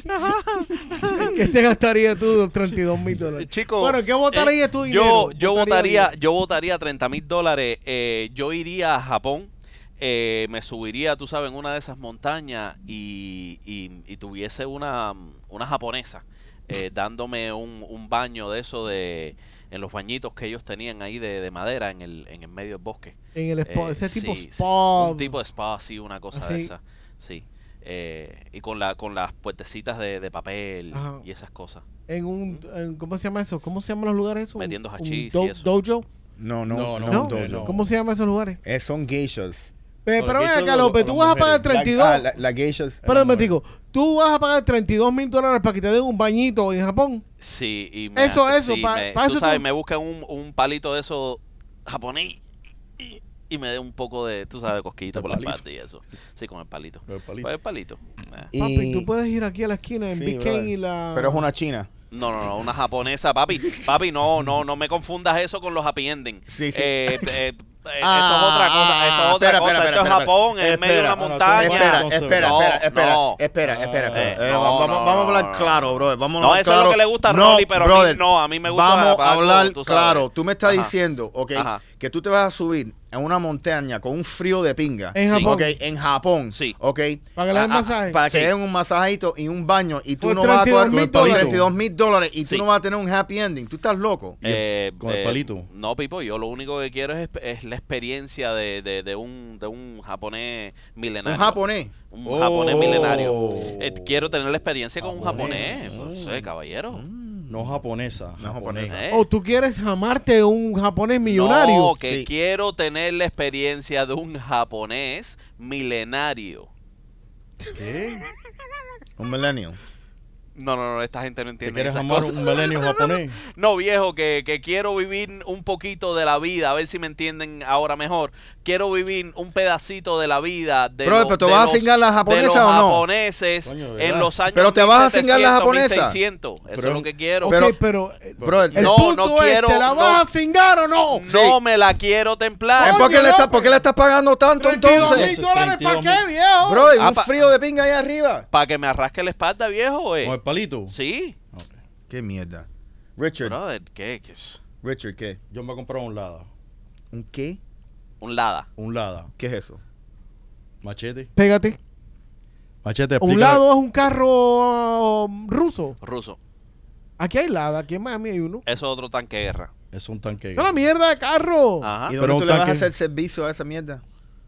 Speaker 6: ¿Qué te gastaría tú los treinta y dos mil dólares?
Speaker 5: Chico,
Speaker 6: Bueno, ¿qué votarías
Speaker 5: eh,
Speaker 6: tu
Speaker 5: yo,
Speaker 6: dinero?
Speaker 5: yo
Speaker 6: ¿Votaría
Speaker 5: votaría, yo votaría treinta mil dólares. Eh, yo iría a Japón, eh, me subiría, tú sabes, en una de esas montañas y, y, y tuviese una, una japonesa eh, dándome un, un baño de eso de en los bañitos que ellos tenían ahí de, de madera en el, en el medio del bosque.
Speaker 6: En el spa,
Speaker 5: Eh,
Speaker 6: ese tipo
Speaker 5: sí, sí,
Speaker 6: spa.
Speaker 5: un tipo de spa, sí, una cosa de
Speaker 6: Así.
Speaker 5: esa. Sí. Eh, y con la con las puertecitas de, de papel
Speaker 6: Ajá.
Speaker 5: y esas cosas.
Speaker 6: En un, en- ¿cómo se llama eso? ¿Cómo se llaman los lugares esos?
Speaker 5: Metiendo
Speaker 6: Un-
Speaker 5: hachís
Speaker 6: un
Speaker 5: y
Speaker 6: do-
Speaker 5: eso.
Speaker 6: Dojo.
Speaker 3: No, no,
Speaker 4: No,
Speaker 3: no,
Speaker 4: no,
Speaker 6: ¿No?
Speaker 3: un dojo.
Speaker 4: no.
Speaker 6: ¿Cómo se llaman esos lugares?
Speaker 3: Eh, son geishas.
Speaker 6: Pe-
Speaker 4: No,
Speaker 6: pero
Speaker 4: los
Speaker 6: ven
Speaker 4: geishas
Speaker 6: acá,
Speaker 4: de los-
Speaker 6: López,
Speaker 4: de
Speaker 6: tú
Speaker 4: las
Speaker 6: vas a pagar
Speaker 4: mujeres.
Speaker 6: treinta y
Speaker 3: La,
Speaker 6: dos.
Speaker 3: ah, la, la geishas.
Speaker 6: Espera un momentico. Tú vas a pagar treinta y dos mil dólares para que te den un bañito en Japón.
Speaker 5: Sí, y me,
Speaker 6: Eso, eso,
Speaker 5: sí,
Speaker 6: pa-
Speaker 5: me-
Speaker 6: pa
Speaker 5: tú
Speaker 6: eso
Speaker 5: sabes,
Speaker 6: tú-
Speaker 5: me buscan un, un palito de eso japonés y, y me dé un poco de, tú sabes, cosquillita
Speaker 4: El
Speaker 5: por la
Speaker 4: palito.
Speaker 5: espalda y eso. Sí, con el palito.
Speaker 4: Con el palito.
Speaker 5: Con el palito. Eh.
Speaker 3: Y-
Speaker 6: Papi, tú puedes ir aquí a la esquina en
Speaker 3: Sí,
Speaker 6: Biscayne
Speaker 3: brother.
Speaker 6: y la...
Speaker 3: Pero es una china.
Speaker 5: No, no, no, una japonesa, papi. Papi, no, no, no me confundas eso con los happy ending.
Speaker 3: Sí, sí.
Speaker 5: Eh, eh, eh,
Speaker 3: Ah,
Speaker 5: esto es otra cosa, esto es otra
Speaker 3: espera,
Speaker 5: cosa,
Speaker 3: espera,
Speaker 5: esto es
Speaker 3: espera,
Speaker 5: Japón,
Speaker 3: espera.
Speaker 5: en medio de una
Speaker 3: Espera,
Speaker 4: no, no,
Speaker 5: montaña.
Speaker 3: Espera,
Speaker 4: entonces,
Speaker 3: espera,
Speaker 5: no,
Speaker 3: espera, espera,
Speaker 5: no.
Speaker 3: espera, espera, espera.
Speaker 5: Eh,
Speaker 3: Eh,
Speaker 5: no,
Speaker 3: vamos,
Speaker 5: no,
Speaker 3: vamos a hablar
Speaker 5: no, no.
Speaker 3: claro, brother. Vamos a
Speaker 5: No,
Speaker 3: hablar
Speaker 5: eso es lo
Speaker 3: claro.
Speaker 5: que le gusta a
Speaker 3: No,
Speaker 5: Rolly, pero a mí
Speaker 3: brother,
Speaker 5: no, a mí me gusta
Speaker 3: Vamos a
Speaker 5: algo,
Speaker 3: hablar
Speaker 5: tú sabes.
Speaker 3: claro. Tú me estás
Speaker 5: Ajá.
Speaker 3: diciendo, ok,
Speaker 5: Ajá.
Speaker 3: que tú te vas a subir a una montaña con un frío de pinga.
Speaker 6: En
Speaker 5: Sí.
Speaker 6: Japón.
Speaker 3: Ok, en Japón.
Speaker 5: Sí.
Speaker 3: Ok.
Speaker 6: Para que le den
Speaker 3: A- a-
Speaker 6: masaje.
Speaker 3: Para que
Speaker 5: Sí.
Speaker 3: le den un masajito y un baño y tú
Speaker 6: Por
Speaker 3: no vas a
Speaker 6: treinta y dos
Speaker 3: coger
Speaker 6: mil
Speaker 3: por
Speaker 6: dólares.
Speaker 3: treinta y dos mil dólares y tú
Speaker 5: Sí.
Speaker 3: no vas a tener un happy ending. Tú estás loco.
Speaker 5: Eh,
Speaker 4: Con el
Speaker 5: eh,
Speaker 4: palito.
Speaker 5: No, Pipo, yo lo único que quiero es, es la experiencia de, de, de un, de un japonés milenario.
Speaker 3: Un japonés.
Speaker 5: Un
Speaker 4: Oh.
Speaker 5: japonés milenario. Eh, quiero tener la experiencia con un
Speaker 4: Japonés.
Speaker 5: japonés. No sé, caballero.
Speaker 4: No japonesa.
Speaker 3: No japonesa.
Speaker 5: Eh.
Speaker 6: O tú quieres jamarte un japonés millonario.
Speaker 5: No, que
Speaker 3: Sí.
Speaker 5: quiero tener la experiencia de un japonés milenario.
Speaker 4: ¿Qué?
Speaker 3: Un millennial.
Speaker 5: No, no, no, esta gente no
Speaker 4: ¿Te
Speaker 5: entiende
Speaker 4: quieres
Speaker 5: esas
Speaker 4: amar
Speaker 5: cosas.
Speaker 4: un milenio japonés?
Speaker 5: No, viejo, que, que quiero vivir un poquito de la vida, a ver si me entienden ahora mejor. Quiero vivir un pedacito de la vida de,
Speaker 3: Brother,
Speaker 5: los-
Speaker 3: ¿pero te
Speaker 5: de
Speaker 3: vas a
Speaker 5: los-
Speaker 3: cingar la japonesa
Speaker 5: de los
Speaker 3: o no?
Speaker 5: japoneses
Speaker 4: Coño, ¿verdad?
Speaker 5: en los años
Speaker 3: ¿Pero te vas a cingar la japonesa?
Speaker 5: mil seiscientos. Eso
Speaker 4: Pero-
Speaker 5: es lo que quiero.
Speaker 6: Ok,
Speaker 3: Pero-
Speaker 6: pero, eh,
Speaker 3: Brother,
Speaker 6: el
Speaker 5: No,
Speaker 6: punto
Speaker 5: no
Speaker 6: es,
Speaker 5: quiero-
Speaker 6: ¿te la
Speaker 5: no.
Speaker 6: vas a cingar o no?
Speaker 5: No
Speaker 3: Sí.
Speaker 5: me la quiero templar.
Speaker 3: ¿Eh, ¿Por qué,
Speaker 6: Oye,
Speaker 3: le estás,
Speaker 6: López.
Speaker 3: ¿Por qué le estás pagando tanto
Speaker 6: treinta y dos mil
Speaker 3: entonces?
Speaker 6: dólares, ¿para
Speaker 4: treinta y dos
Speaker 6: qué,
Speaker 4: mil.
Speaker 6: viejo?
Speaker 3: Bro,
Speaker 5: Ah,
Speaker 3: un
Speaker 5: pa-
Speaker 3: frío de pinga ahí arriba.
Speaker 5: Para que me arrasque la espalda, viejo, eh.
Speaker 4: ¿Con el palito?
Speaker 5: Sí.
Speaker 3: Qué mierda. Richard,
Speaker 5: Brother, ¿qué? ¿Qué es?
Speaker 3: Richard, ¿qué?
Speaker 4: Yo me he comprado un Lada.
Speaker 3: ¿Un qué?
Speaker 5: Un Lada.
Speaker 4: Un Lada.
Speaker 3: ¿Qué es eso?
Speaker 4: Machete.
Speaker 6: Pégate.
Speaker 4: Machete,
Speaker 6: Un
Speaker 4: explícale-
Speaker 6: lado es un carro um, ruso.
Speaker 5: Ruso.
Speaker 6: Aquí hay Lada, aquí en Miami hay uno.
Speaker 5: Eso es otro tanque de guerra.
Speaker 4: Es un tanque.
Speaker 6: Es una mierda de carro.
Speaker 5: Ajá.
Speaker 3: ¿Y
Speaker 4: Pero
Speaker 3: dónde
Speaker 4: un
Speaker 3: tú le vas a
Speaker 4: tanque-
Speaker 3: hacer servicio a esa mierda?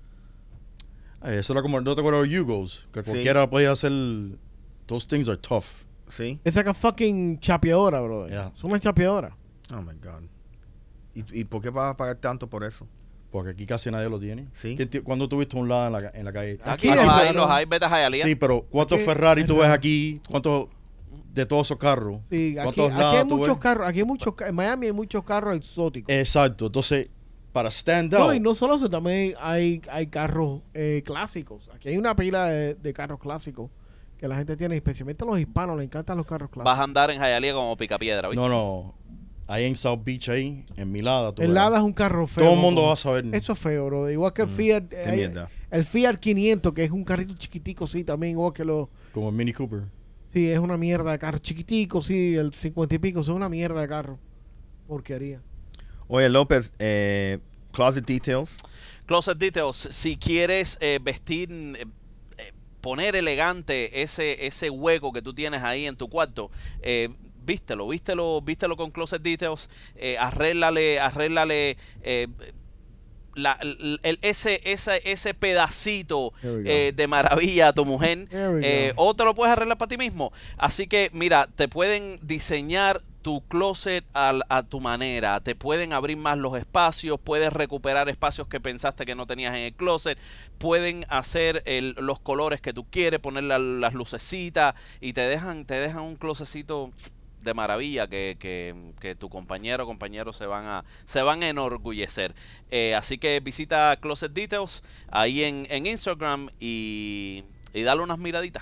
Speaker 4: Ay, eso era como, no te acuerdas de Yugos, que
Speaker 3: Sí.
Speaker 4: cualquiera podía hacer. Those things are tough.
Speaker 3: ¿Sí?
Speaker 6: Esa que fucking chapeadora, brother.
Speaker 4: Yeah.
Speaker 6: Es una chapeadora.
Speaker 3: Oh, my God. ¿Y, ¿Y por qué vas a pagar tanto por eso?
Speaker 4: Porque aquí casi nadie lo tiene.
Speaker 3: Sí.
Speaker 4: ¿Quién ti- ¿Cuándo tuviste un Lada en la, ca- en la calle?
Speaker 5: Aquí,
Speaker 6: Aquí
Speaker 5: los
Speaker 6: hay,
Speaker 5: hay,
Speaker 6: claro.
Speaker 5: los hay, vete a Hialeah.
Speaker 4: Sí, pero ¿cuántos
Speaker 6: Aquí-
Speaker 4: Ferrari tú ves aquí? ¿Cuántos de todos esos carros.
Speaker 6: Sí, aquí,
Speaker 4: ¿Cuántos
Speaker 6: aquí
Speaker 4: lados
Speaker 6: hay
Speaker 4: tú
Speaker 6: muchos
Speaker 4: ves?
Speaker 6: carros, aquí hay muchos, ca- en Miami hay muchos carros exóticos.
Speaker 4: Exacto. Entonces, para stand
Speaker 6: No,
Speaker 4: out.
Speaker 6: y no solo eso, también hay, hay carros eh, clásicos. Aquí hay una pila de, de carros clásicos que la gente tiene, especialmente a los hispanos, les encantan los carros
Speaker 5: Vas a
Speaker 6: clásicos.
Speaker 5: andar en Hialeah como picapiedra, ¿viste?
Speaker 4: No, no. Ahí en South Beach, ahí, en Milada. tú
Speaker 6: El
Speaker 4: verás.
Speaker 6: Lada es un carro feo.
Speaker 4: Todo el mundo
Speaker 6: bro.
Speaker 4: va a saber.
Speaker 6: Eso es feo, bro. Igual que el Fiat. eh,
Speaker 3: Qué mierda.
Speaker 6: el Fiat quinientos, que es un carrito chiquitico, sí, también. Igual que los...
Speaker 4: Como el Mini Cooper.
Speaker 6: Sí, es una mierda de carro. Chiquitico, sí, el cincuenta y pico, es una mierda de carro. Porquería.
Speaker 3: Oye, López, eh, Closet Details.
Speaker 5: Closet Details, si quieres eh, vestir, eh, eh, poner elegante ese, ese hueco que tú tienes ahí en tu cuarto, eh, vístelo, vístelo, vístelo con Closet Details, eh, arréglale, arréglale eh, la, el, el- ese, ese, ese pedacito
Speaker 6: There we go.
Speaker 5: eh, de maravilla a tu mujer,
Speaker 6: There we
Speaker 5: eh,
Speaker 6: go.
Speaker 5: o te lo puedes arreglar para ti mismo. Así que, mira, te pueden diseñar tu closet al- a tu manera, te pueden abrir más los espacios, puedes recuperar espacios que pensaste que no tenías en el closet, pueden hacer el- los colores que tú quieres, poner la- las lucecitas y te dejan, te dejan un closetcito de maravilla que, que, que tu compañero o compañero se van a se van a enorgullecer. Eh, así que visita Closet Details ahí en, en Instagram y, y dale unas miraditas.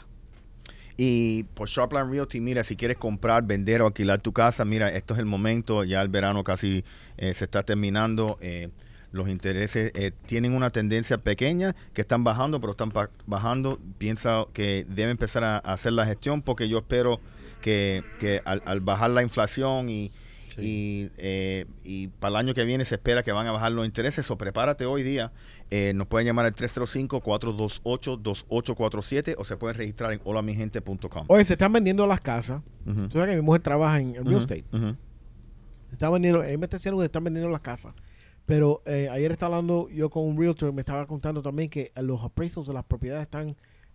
Speaker 3: Y por Sharpline Realty, mira, si quieres comprar, vender o alquilar tu casa, mira, esto es el momento, ya el verano casi eh, se está terminando, eh, los intereses eh, tienen una tendencia pequeña que están bajando, pero están pa- bajando. Piensa que debe empezar a, a hacer la gestión porque yo espero que, que al, al bajar la inflación y, y, eh, y para el año que viene se espera que van a bajar los intereses, o prepárate hoy día. Eh, nos pueden llamar al tres cero cinco, cuatro dos ocho, dos ocho cuatro siete o se pueden registrar en hola mi gente punto com.
Speaker 6: Oye, se están vendiendo las casas.
Speaker 3: Ujú.
Speaker 6: Tú sabes que mi mujer trabaja en, en real
Speaker 3: Ujú,
Speaker 6: estate.
Speaker 3: ujú.
Speaker 6: Se está vendiendo, él me está diciendo que se están vendiendo las casas. Pero eh, ayer estaba hablando yo con un realtor, me estaba contando también que los appraisals de las propiedades están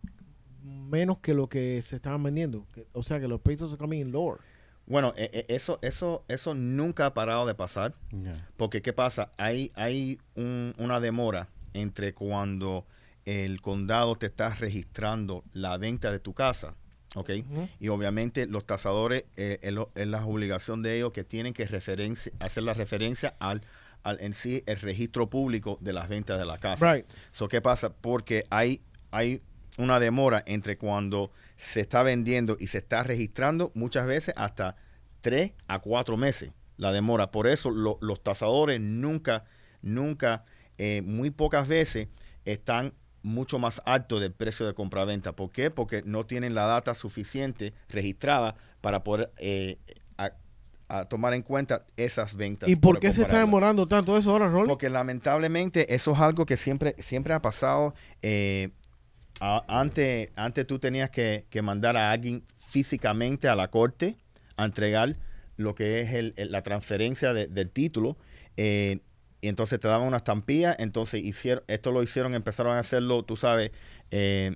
Speaker 6: menos que lo que se estaban vendiendo. Que- o sea, que los appraisals are coming in lower.
Speaker 3: Bueno, eh, eh, eso, eso, eso nunca ha parado de pasar.
Speaker 4: Yeah.
Speaker 3: Porque, ¿qué pasa? Hay, hay un- una demora entre cuando el condado te está registrando la venta de tu casa, ¿ok?
Speaker 6: Ujú.
Speaker 3: Y obviamente los tasadores, eh, es, lo- es la obligación de ellos que tienen que referencia, hacer la referencia al, al en sí el registro público de las ventas de la casa.
Speaker 6: Right.
Speaker 3: So, ¿qué pasa? Porque hay, hay una demora entre cuando se está vendiendo y se está registrando, muchas veces hasta tres a cuatro meses la demora. Por eso lo- los tasadores nunca, nunca, eh, muy pocas veces están mucho más altos del precio de compraventa. ¿Por qué? Porque no tienen la data suficiente registrada para poder eh, a, a tomar en cuenta esas ventas.
Speaker 6: ¿Y por
Speaker 3: para
Speaker 6: qué se está
Speaker 3: compararlas.
Speaker 6: demorando tanto eso ahora, Rolly?
Speaker 3: Porque lamentablemente eso es algo que siempre, siempre ha pasado. Eh, a- antes, antes tú tenías que, que mandar a alguien físicamente a la corte a entregar lo que es el- el- la transferencia de- del título. eh, y entonces te daban una estampilla. Entonces hicieron, esto lo hicieron, empezaron a hacerlo, tú sabes, eh,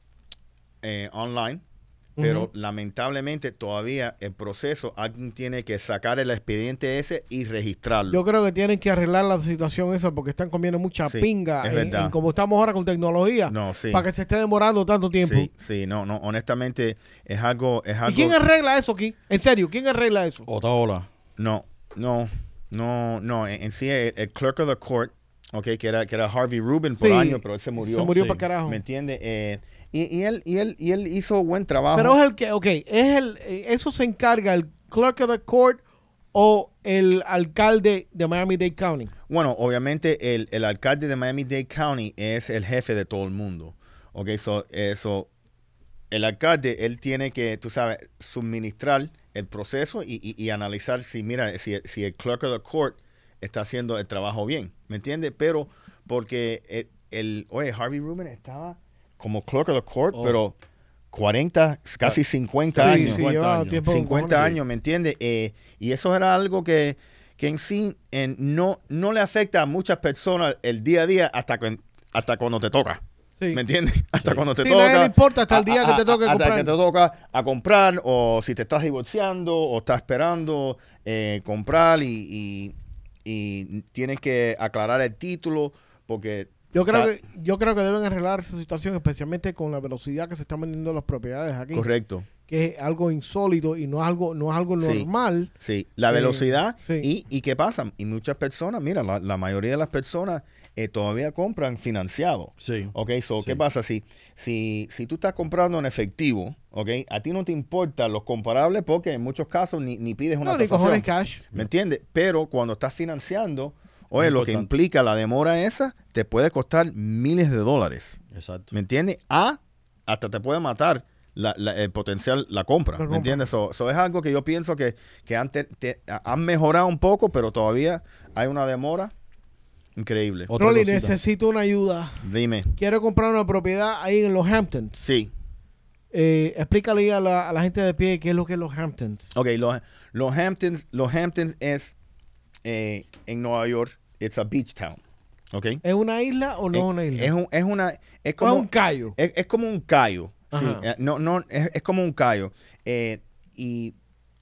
Speaker 3: eh, online. Pero
Speaker 6: Ujú.
Speaker 3: lamentablemente todavía el proceso, alguien tiene que sacar el expediente ese y registrarlo.
Speaker 6: Yo creo que tienen que arreglar la situación esa porque están comiendo mucha
Speaker 3: Sí,
Speaker 6: pinga
Speaker 3: es
Speaker 6: en,
Speaker 3: verdad.
Speaker 6: en como estamos ahora con tecnología
Speaker 3: No, sí.
Speaker 6: para que se esté demorando tanto tiempo.
Speaker 3: Sí, sí, no, no, honestamente es algo, es algo.
Speaker 6: ¿Y quién arregla eso aquí? En serio, ¿quién arregla eso?
Speaker 4: Otaola.
Speaker 3: No, no, no, no. En, en sí, el, el clerk of the court, okay, que era, que era Harvey Rubin por
Speaker 6: Sí.
Speaker 3: años, pero él se murió.
Speaker 6: Se murió
Speaker 4: Sí.
Speaker 6: para carajo.
Speaker 3: ¿Me entiendes? Eh, y, y él, y él, y él hizo buen trabajo.
Speaker 6: Pero es el que, ok, es el, eh, eso se encarga el clerk of the court o el alcalde de Miami-Dade County.
Speaker 3: Bueno, obviamente el, el alcalde de Miami-Dade County es el jefe de todo el mundo. Ok, so, eso, el alcalde, él tiene que, tú sabes, suministrar el proceso y, y- y analizar si, mira, si, si el clerk of the court está haciendo el trabajo bien, ¿me entiendes? Pero porque el, el- oye, Harvey Rubin estaba como clerk of the court,
Speaker 4: Oh.
Speaker 3: pero cuarenta, casi cincuenta
Speaker 4: Sí,
Speaker 3: años.
Speaker 4: sí, cincuenta
Speaker 6: lleva
Speaker 4: años.
Speaker 6: tiempo con
Speaker 3: cincuenta
Speaker 6: cojones.
Speaker 3: años, ¿me entiendes? Eh, y eso era algo que, que en sí en- no, no le afecta a muchas personas el día a día hasta, que- hasta cuando te toca.
Speaker 6: Sí.
Speaker 3: ¿Me entiendes? Hasta cuando te
Speaker 6: Sí,
Speaker 3: toca.
Speaker 6: nadie le importa hasta el
Speaker 3: a-
Speaker 6: día
Speaker 3: a-
Speaker 6: que te toque
Speaker 3: a- hasta
Speaker 6: comprar.
Speaker 3: que te toca a comprar, o si te estás divorciando, o estás esperando eh, comprar y, y, y tienes que aclarar el título, porque
Speaker 6: Yo creo,
Speaker 3: está-
Speaker 6: que, yo creo que deben arreglar esa situación, especialmente con la velocidad que se están vendiendo las propiedades aquí.
Speaker 3: correcto.
Speaker 6: que es algo insólito y no es algo, no es algo
Speaker 3: Sí.
Speaker 6: normal.
Speaker 3: Sí, la
Speaker 6: Eh,
Speaker 3: velocidad.
Speaker 6: sí.
Speaker 3: Y, ¿Y qué pasa? Y muchas personas, mira, la, la mayoría de las personas eh, todavía compran financiado.
Speaker 4: Sí.
Speaker 3: Ok, so,
Speaker 4: Sí.
Speaker 3: ¿qué pasa? Si, si, si tú estás comprando en efectivo, ok, a ti no te importa los comparables porque en muchos casos ni, ni pides una
Speaker 6: No, ni
Speaker 3: tasación.
Speaker 6: cojones cash.
Speaker 3: ¿Me entiendes? Pero cuando estás financiando, oye,
Speaker 4: Es
Speaker 3: lo que
Speaker 4: importante.
Speaker 3: implica la demora esa, te puede costar miles de dólares.
Speaker 4: Exacto.
Speaker 3: ¿Me entiendes? A, hasta te puede matar la- la- el potencial, la compra.
Speaker 6: La
Speaker 3: ¿Me
Speaker 6: compra.
Speaker 3: entiendes? Eso so, es algo que yo pienso que, que antes te- a- han mejorado un poco, pero todavía hay una demora increíble.
Speaker 4: Otra
Speaker 6: Rolly,
Speaker 4: cosita.
Speaker 6: necesito una ayuda.
Speaker 3: Dime.
Speaker 6: Quiero comprar una propiedad ahí en los Hamptons.
Speaker 3: Sí.
Speaker 6: Eh, explícale a la, a la gente de pie qué es lo que es los Hamptons.
Speaker 3: Ok, los, los Hamptons, los Hamptons es eh, en Nueva York, it's a beach town. Ok.
Speaker 6: ¿Es una isla o no es
Speaker 3: Eh,
Speaker 6: una isla?
Speaker 3: Es, un- es una, es
Speaker 6: ¿O es
Speaker 3: como
Speaker 6: un callo?
Speaker 3: Es, es como un callo. Sí,
Speaker 6: Ajá.
Speaker 3: eh, no, no, es, es como un callo. Eh, y,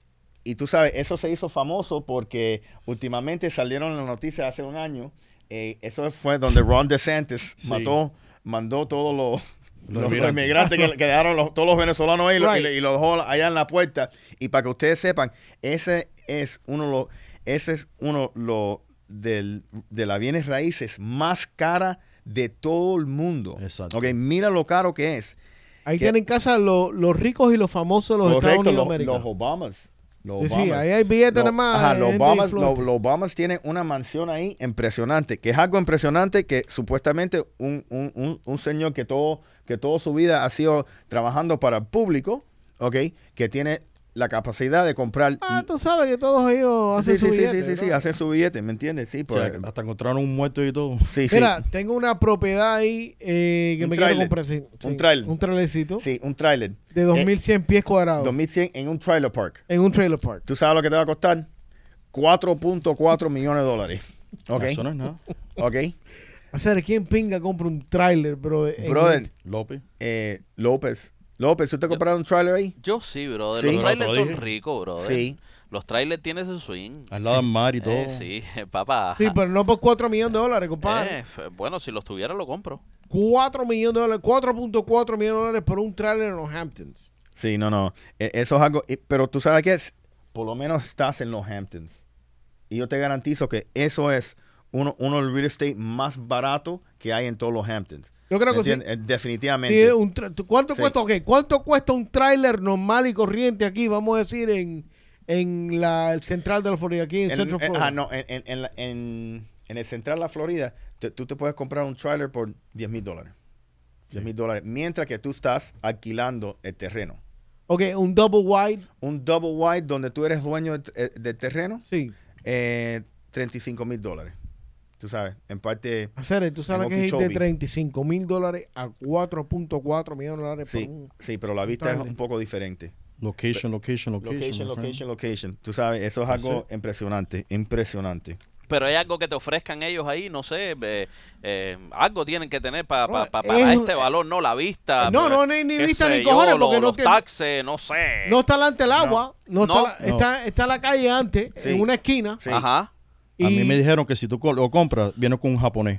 Speaker 3: y tú sabes, eso se hizo famoso porque últimamente salieron las noticias hace un año. Eh, eso fue donde Ron DeSantis
Speaker 4: Sí.
Speaker 3: mató, mandó todos los,
Speaker 4: Los
Speaker 3: los
Speaker 4: inmigrantes.
Speaker 3: inmigrantes que, que dejaron los- todos los venezolanos ahí y lo- y,
Speaker 6: Right.
Speaker 3: le- y lo dejó allá en la puerta. Y para que ustedes sepan, ese es uno de los, ese es uno lo, del, de las bienes raíces más cara de todo el mundo.
Speaker 4: Exacto.
Speaker 3: Ok, mira lo caro que es.
Speaker 6: Ahí
Speaker 3: que-
Speaker 6: tienen casa lo- los ricos y los famosos de los Estados
Speaker 3: Correcto,
Speaker 6: Unidos
Speaker 3: los,
Speaker 6: de América.
Speaker 3: los Obamas. Los
Speaker 6: Sí, sí,
Speaker 3: Obamas.
Speaker 6: ahí hay billetes
Speaker 3: Los-
Speaker 6: nada más,
Speaker 3: ajá,
Speaker 6: eh,
Speaker 3: los,
Speaker 6: gente
Speaker 3: Obamas,
Speaker 6: influente.
Speaker 3: los, los Obamas tienen una mansión ahí impresionante, que es algo impresionante que supuestamente un, un, un, un señor que todo, que toda su vida ha sido trabajando para el público, ok, que tiene la capacidad de comprar.
Speaker 6: Ah, tú sabes que todos ellos hacen
Speaker 3: sí,
Speaker 6: su
Speaker 3: sí, sí,
Speaker 6: billete,
Speaker 3: sí, sí, sí,
Speaker 6: ¿no?
Speaker 3: hacen su billete, ¿me entiendes? Sí,
Speaker 4: O
Speaker 3: pues,
Speaker 4: sea, hasta encontraron un muerto y todo.
Speaker 3: sí, sí.
Speaker 6: Mira, tengo una propiedad ahí eh, que
Speaker 3: Un
Speaker 6: me
Speaker 3: trailer.
Speaker 6: quiero comprar. Sí,
Speaker 3: Un
Speaker 6: sí,
Speaker 3: trailer.
Speaker 6: Un trailercito
Speaker 3: Sí, un trailer.
Speaker 6: de dos mil cien pies cuadrados
Speaker 3: dos mil cien en un trailer park.
Speaker 6: en un trailer park.
Speaker 3: ¿Tú sabes lo que te va a costar? cuatro punto cuatro millones de dólares. ¿Ok?
Speaker 4: Eso no es nada.
Speaker 3: ¿Ok?
Speaker 6: Hacer, ¿quién pinga compra un trailer, bro? En-
Speaker 3: Brother,
Speaker 4: López.
Speaker 3: eh, López. López, ¿tú te compraste un trailer ahí?
Speaker 5: Yo sí, brother.
Speaker 3: Sí.
Speaker 5: Los trailers
Speaker 4: Te lo
Speaker 5: son
Speaker 4: dije.
Speaker 5: ricos, brother.
Speaker 3: Sí.
Speaker 5: Los trailers tienen su swing.
Speaker 4: Al lado del mar y todo.
Speaker 5: Eh, sí, papá.
Speaker 6: Sí, pero no por cuatro millones de dólares, compadre.
Speaker 5: Eh, f- bueno, si los tuviera, lo compro.
Speaker 6: cuatro millones de dólares, cuatro punto cuatro millones de dólares por un trailer en los Hamptons.
Speaker 3: Sí, no, no. E- Eso es algo. y- Pero tú sabes qué es. Por lo menos estás en los Hamptons. Y yo te garantizo que eso es uno, uno del real estate más barato que hay en todos los Hamptons.
Speaker 6: Yo creo
Speaker 3: ¿Me
Speaker 6: que sí.
Speaker 3: entiendes? Eh, Definitivamente.
Speaker 6: Sí, un tra- ¿tú- ¿Cuánto
Speaker 3: Sí.
Speaker 6: cuesta? Ok, ¿cuánto cuesta un tráiler normal y corriente aquí? Vamos a decir en, en la el central de la Florida, aquí en,
Speaker 3: En-
Speaker 6: Central
Speaker 3: eh,
Speaker 6: Florida.
Speaker 3: ah, no, en, en- en la- en- en el central de la Florida, te- tú te puedes comprar un trailer por diez mil dólares. diez mil dólares. Mientras que tú estás alquilando el terreno.
Speaker 6: Ok, un double wide,
Speaker 3: Un double wide donde tú eres dueño del, eh, del terreno,
Speaker 6: sí.
Speaker 3: eh, treinta y cinco mil dólares. Tú sabes, en parte,
Speaker 6: Hacer, tú sabes
Speaker 3: En
Speaker 6: que es ir de
Speaker 3: Okeechobee.
Speaker 6: treinta y cinco mil dólares a cuatro punto cuatro millones de dólares
Speaker 3: sí,
Speaker 6: por un...
Speaker 3: sí, pero la vista es
Speaker 6: trailer.
Speaker 3: un poco diferente.
Speaker 4: Location, location, location.
Speaker 3: Location,
Speaker 4: my friend.
Speaker 3: location, location. Tú sabes, eso es algo impresionante, impresionante.
Speaker 5: Pero hay algo que te ofrezcan ellos ahí, no sé, eh, eh, algo tienen que tener pa- pa-
Speaker 6: No,
Speaker 5: pa-
Speaker 6: es
Speaker 5: para
Speaker 6: un-
Speaker 5: este valor, no la vista.
Speaker 6: No,
Speaker 5: pues,
Speaker 6: no, ni- ni
Speaker 5: qué
Speaker 6: vista
Speaker 5: sé
Speaker 6: ni
Speaker 5: yo,
Speaker 6: cojones,
Speaker 5: los-
Speaker 6: porque no
Speaker 5: los
Speaker 6: tiene-
Speaker 5: taxes, no sé.
Speaker 6: No está delante el agua, no,
Speaker 5: No.
Speaker 6: está, la, está, está la calle antes,
Speaker 3: Sí.
Speaker 6: en una esquina.
Speaker 3: Sí.
Speaker 5: Ajá.
Speaker 6: Y
Speaker 4: A mí me dijeron que si tú co- lo compras, viene con un japonés.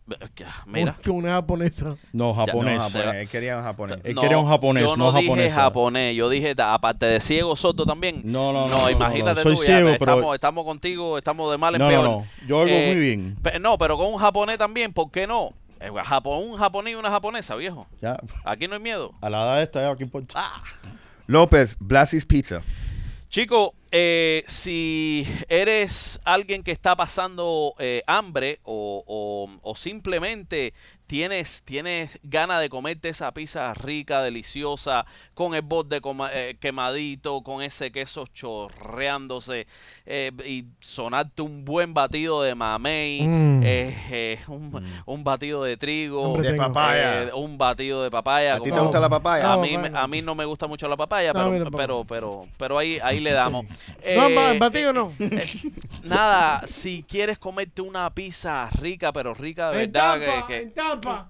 Speaker 5: Mira.
Speaker 6: que una japonesa.
Speaker 4: No,
Speaker 3: No,
Speaker 4: japonés.
Speaker 3: japonés, él quería un japonés.
Speaker 4: Él quería un japonés,
Speaker 5: yo
Speaker 4: no
Speaker 5: no dije
Speaker 4: japonesa.
Speaker 5: japonés, yo dije, da- aparte de ciego, sordo también.
Speaker 4: No, no, no,
Speaker 5: No,
Speaker 4: no,
Speaker 5: imagínate
Speaker 4: no, soy
Speaker 5: tú, ya
Speaker 4: ciego,
Speaker 5: estamos,
Speaker 4: pero-
Speaker 5: estamos contigo, estamos de mal en
Speaker 4: No, no,
Speaker 5: peor.
Speaker 4: no. Yo oigo
Speaker 5: Eh,
Speaker 4: muy bien.
Speaker 5: pe- no, pero con un japonés también, ¿por qué no? Eh, Japón, un japonés y una japonesa, viejo.
Speaker 4: Ya.
Speaker 5: Aquí no hay miedo.
Speaker 4: A la edad esta, ya, ¿qué importa?
Speaker 5: Ah.
Speaker 3: López, Blasie's Pizza.
Speaker 5: Chico, eh, si eres alguien que está pasando eh, hambre o, o- o simplemente tienes, tienes ganas de comerte esa pizza rica, deliciosa, con el borde coma- eh, quemadito, con ese queso chorreándose eh, y sonarte un buen batido de mamey,
Speaker 6: Mm.
Speaker 5: eh, eh, un, un batido de trigo,
Speaker 6: Hombre,
Speaker 3: De
Speaker 6: tengo.
Speaker 3: papaya.
Speaker 5: eh, un batido de papaya.
Speaker 3: ¿A ti te
Speaker 5: como-
Speaker 3: gusta la papaya?
Speaker 5: a
Speaker 6: No,
Speaker 5: mí, me-
Speaker 6: bueno.
Speaker 5: a mí no me gusta mucho la papaya,
Speaker 6: No, a mí
Speaker 5: pero,
Speaker 6: tampoco.
Speaker 5: pero, pero, pero ahí, ahí le damos.
Speaker 6: no,
Speaker 5: Eh,
Speaker 6: ma- batido no.
Speaker 5: eh, nada, si quieres comerte una pizza rica, pero rica de
Speaker 6: En
Speaker 5: verdad,
Speaker 6: Tampa,
Speaker 5: que, que-
Speaker 6: en Tampa.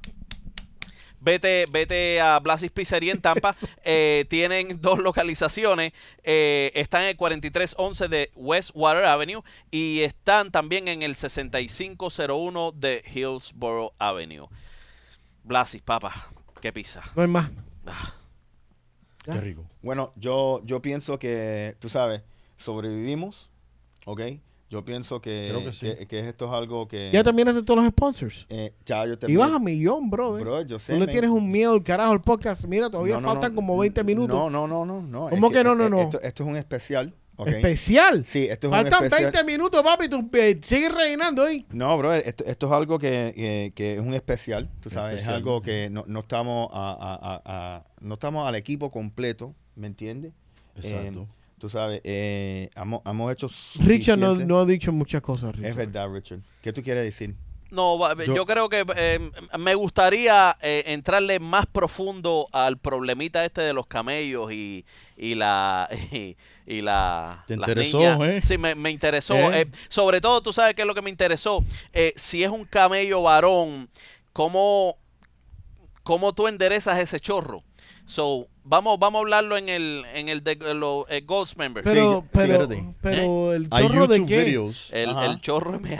Speaker 5: vete, vete a Blasie's Pizzería en Tampa. Eh, tienen dos localizaciones. Eh, están en el cuarenta y tres once de Westwater Avenue y están también en el sesenta y cinco cero uno de Hillsborough Avenue. Blasie's, papá, qué pizza.
Speaker 6: No hay más.
Speaker 4: Qué rico.
Speaker 3: Bueno, yo, yo pienso que, tú sabes, sobrevivimos, ¿ok? Yo pienso que,
Speaker 4: Creo que sí.
Speaker 3: que, que esto es algo que...
Speaker 6: Ya terminaste todos los sponsors.
Speaker 3: eh, ya yo
Speaker 6: Y
Speaker 3: terminé.
Speaker 6: vas a millón, brother.
Speaker 3: Bro, yo sé.
Speaker 6: Tú le
Speaker 3: men.
Speaker 6: tienes un miedo al carajo al podcast. Mira, todavía
Speaker 3: No, no,
Speaker 6: faltan
Speaker 3: no,
Speaker 6: como veinte minutos.
Speaker 3: No, no, no, no. no.
Speaker 6: ¿Cómo
Speaker 3: Es
Speaker 6: que no, no,
Speaker 3: eh,
Speaker 6: no?
Speaker 3: Esto, esto es un especial, ¿ok?
Speaker 6: ¿Especial?
Speaker 3: Sí, esto es
Speaker 6: Faltan
Speaker 3: un especial.
Speaker 6: veinte minutos, papi. Tú eh, sigues rellenando ahí.
Speaker 3: No, bro, esto, esto es algo que, que, que es un especial, tú sabes,
Speaker 4: Especial.
Speaker 3: es algo que no, no estamos a, a- a- a- no estamos al equipo completo, ¿me entiendes?
Speaker 4: Exacto.
Speaker 3: Eh, tú sabes, eh, hemos, hemos hecho
Speaker 6: Richard no,
Speaker 3: suficiente.
Speaker 6: no ha dicho muchas cosas, Richard.
Speaker 3: Es verdad, Richard. ¿Qué tú quieres decir?
Speaker 5: No, va- yo,
Speaker 4: Yo-
Speaker 5: creo que eh, me gustaría eh, entrarle más profundo al problemita este de los camellos y, y la y, y la
Speaker 4: ¿Te
Speaker 5: las
Speaker 4: interesó,
Speaker 5: niñas.
Speaker 4: eh?
Speaker 5: Sí, me, me interesó.
Speaker 4: ¿Eh?
Speaker 5: Eh, sobre todo, tú sabes qué es lo que me interesó. Eh, si es un camello varón, ¿cómo, cómo tú enderezas ese chorro? So, vamos, vamos a hablarlo en el en el de los eh, Golds Members.
Speaker 6: Pero,
Speaker 3: sí,
Speaker 6: pero,
Speaker 4: espérate.
Speaker 6: pero el
Speaker 4: Hay
Speaker 6: chorro de
Speaker 4: YouTube
Speaker 6: qué?
Speaker 4: videos.
Speaker 5: el,
Speaker 3: Ajá.
Speaker 5: el chorro me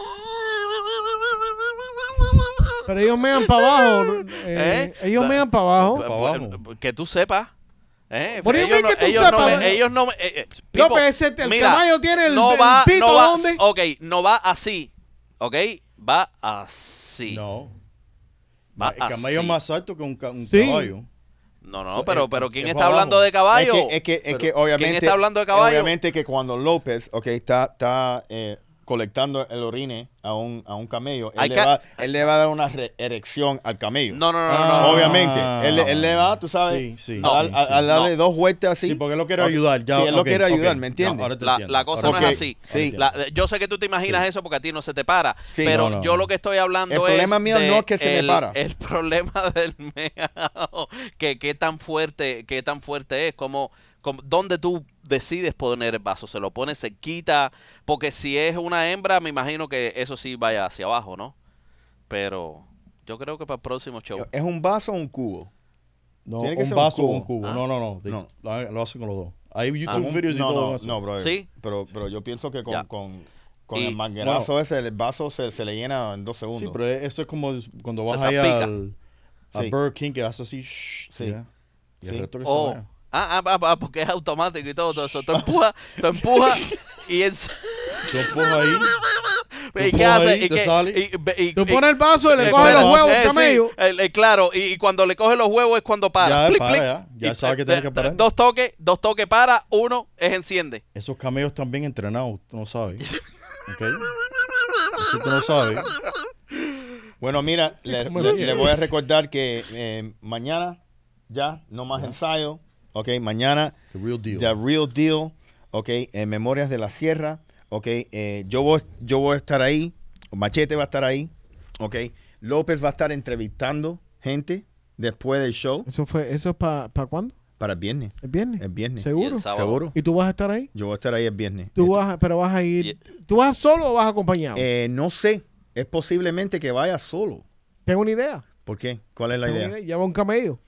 Speaker 6: Pero ellos mean para abajo. eh,
Speaker 5: ¿Eh?
Speaker 6: Ellos
Speaker 5: La-
Speaker 6: mean para abajo.
Speaker 4: Pa' abajo.
Speaker 5: Que tú sepas. ¿Eh?
Speaker 6: What do you
Speaker 5: ellos
Speaker 6: mean
Speaker 5: no,
Speaker 6: que tú
Speaker 5: ellos no
Speaker 6: sepas?
Speaker 5: me- ellos no me- eh, eh,
Speaker 6: No,
Speaker 5: Pipo,
Speaker 6: pero ese- el
Speaker 5: mira,
Speaker 6: caballo tiene el-
Speaker 5: no
Speaker 6: el
Speaker 5: va,
Speaker 6: pito,
Speaker 5: no va,
Speaker 6: ¿dónde?
Speaker 5: ok, no va así, ok, va así.
Speaker 4: No.
Speaker 5: Va
Speaker 4: El camello
Speaker 5: así.
Speaker 4: es más alto que un, ca- un
Speaker 6: Sí.
Speaker 4: caballo.
Speaker 5: No, no,
Speaker 4: So,
Speaker 5: pero,
Speaker 4: eh,
Speaker 5: pero
Speaker 4: eh,
Speaker 5: ¿quién
Speaker 4: es
Speaker 5: está
Speaker 4: para
Speaker 5: hablando
Speaker 4: abajo.
Speaker 5: de caballo?
Speaker 3: Es que, es que, es que
Speaker 5: Pero,
Speaker 3: obviamente...
Speaker 5: ¿quién está hablando de caballo?
Speaker 3: Obviamente que cuando López, ok, está, está eh, colectando el orine a un, a un camello, él
Speaker 5: Hay
Speaker 3: le,
Speaker 5: ca-
Speaker 3: va, él le va a dar una re- erección al camello.
Speaker 5: No, no, no, no,
Speaker 4: Ah.
Speaker 5: no.
Speaker 3: Obviamente, él, él le va, tú sabes,
Speaker 4: Sí, sí,
Speaker 3: a,
Speaker 4: sí,
Speaker 3: a-
Speaker 4: sí.
Speaker 3: a darle
Speaker 5: No.
Speaker 3: dos vueltas así.
Speaker 4: Sí, porque él lo quiere
Speaker 3: Ok.
Speaker 4: ayudar. Ya,
Speaker 3: sí, él lo
Speaker 4: ok,
Speaker 3: quiere
Speaker 4: ok.
Speaker 3: ayudar, ¿me
Speaker 4: Ya,
Speaker 3: entiendes?
Speaker 4: ahora te
Speaker 5: La,
Speaker 4: entiendo.
Speaker 5: la cosa
Speaker 3: Ahora
Speaker 5: no
Speaker 3: te
Speaker 5: es
Speaker 3: entiendo.
Speaker 5: así.
Speaker 3: Sí.
Speaker 4: Ahora te entiendo.
Speaker 5: La- yo sé que tú te imaginas
Speaker 4: Sí.
Speaker 5: eso porque a ti no se te para.
Speaker 3: Sí.
Speaker 5: Pero
Speaker 4: No, no,
Speaker 5: yo
Speaker 4: no.
Speaker 5: lo que estoy hablando
Speaker 3: El
Speaker 5: es.
Speaker 3: problema mío
Speaker 5: de
Speaker 3: no es que se me
Speaker 5: el,
Speaker 3: para.
Speaker 5: El problema del meao. Que qué tan fuerte, qué tan fuerte es. Como, como, ¿dónde tú decides poner el vaso? ¿Se lo pones cerquita? Porque si es una hembra, me imagino que eso sí vaya hacia abajo, ¿no? Pero yo creo que para el próximo show.
Speaker 3: ¿Es un vaso o un cubo?
Speaker 4: No,
Speaker 3: Tiene que
Speaker 4: un
Speaker 3: ser un
Speaker 4: vaso o
Speaker 3: cubo.
Speaker 4: un cubo.
Speaker 5: Ah.
Speaker 4: No, no, no. De-
Speaker 3: No.
Speaker 4: Lo, lo hacen con los dos. Hay
Speaker 5: Ah,
Speaker 4: YouTube
Speaker 5: un-
Speaker 4: videos y
Speaker 3: no,
Speaker 4: todo
Speaker 3: no,
Speaker 4: eso.
Speaker 3: no, brother.
Speaker 5: Sí.
Speaker 3: Pero, pero yo pienso que con,
Speaker 5: Ya.
Speaker 3: con, con
Speaker 5: Y-
Speaker 3: el manguerazo ese, el vaso se, se le llena en dos segundos.
Speaker 4: Sí, pero eso es como cuando vas
Speaker 5: Se
Speaker 4: ahí
Speaker 5: salpica.
Speaker 4: al, a
Speaker 3: Sí.
Speaker 4: Burger King que haces así. shh,
Speaker 3: Sí.
Speaker 4: ya. Y el
Speaker 3: Sí.
Speaker 4: resto que se
Speaker 5: Oh.
Speaker 4: vaya.
Speaker 5: Ah, ah, ah, ah, porque es automático y todo, todo eso. Tú empujas, tú empujas y es...
Speaker 4: Tú empujas ahí.
Speaker 5: ¿Y
Speaker 4: Tú
Speaker 5: qué
Speaker 4: pones
Speaker 5: hace?
Speaker 4: ahí,
Speaker 5: ¿Y
Speaker 4: te
Speaker 5: qué-
Speaker 4: sale.
Speaker 5: y- y-
Speaker 6: Tú
Speaker 5: y-
Speaker 6: pones el vaso y le
Speaker 5: eh,
Speaker 6: coges
Speaker 5: pero-
Speaker 6: los huevos
Speaker 5: eh,
Speaker 6: al
Speaker 5: sí,
Speaker 6: camello.
Speaker 5: el- el- claro, y, y cuando le coge los huevos es cuando para.
Speaker 4: Ya,
Speaker 5: Plic,
Speaker 4: para,
Speaker 5: plic.
Speaker 4: ya. Ya
Speaker 5: Y,
Speaker 4: sabe que
Speaker 5: eh,
Speaker 4: tiene
Speaker 5: de-
Speaker 4: que parar.
Speaker 5: Dos toques, dos toques para, uno es enciende.
Speaker 4: Esos camellos están bien entrenados, tú no sabes. ¿Ok? Eso tú no sabes.
Speaker 3: Bueno, mira, le,
Speaker 6: ¿Cómo
Speaker 3: le-
Speaker 6: le-
Speaker 3: le voy a recordar que eh, mañana ya, no más ensayo. Ok, mañana,
Speaker 4: The real deal.
Speaker 3: The Real Deal. Ok, en Memorias de la Sierra. Ok, eh, yo, voy, yo voy a estar ahí. Machete va a estar ahí. Ok, López va a estar entrevistando gente después del show
Speaker 6: Eso fue, eso es para ¿pa cuándo?
Speaker 3: para el viernes.
Speaker 6: ¿El viernes?
Speaker 3: El viernes.
Speaker 5: Y
Speaker 6: ¿Seguro?
Speaker 5: el sábado.
Speaker 3: ¿Seguro?
Speaker 6: ¿Y tú vas a estar ahí?
Speaker 3: Yo voy a estar ahí el viernes.
Speaker 6: ¿Tú vas, a- pero vas a ir... ¿Tú vas solo o vas acompañado?
Speaker 3: Eh, no sé. Es posiblemente que vaya solo.
Speaker 6: Tengo una idea.
Speaker 3: ¿Por qué? ¿Cuál es la
Speaker 6: Tengo
Speaker 3: idea?
Speaker 6: una idea. Lleva un camello.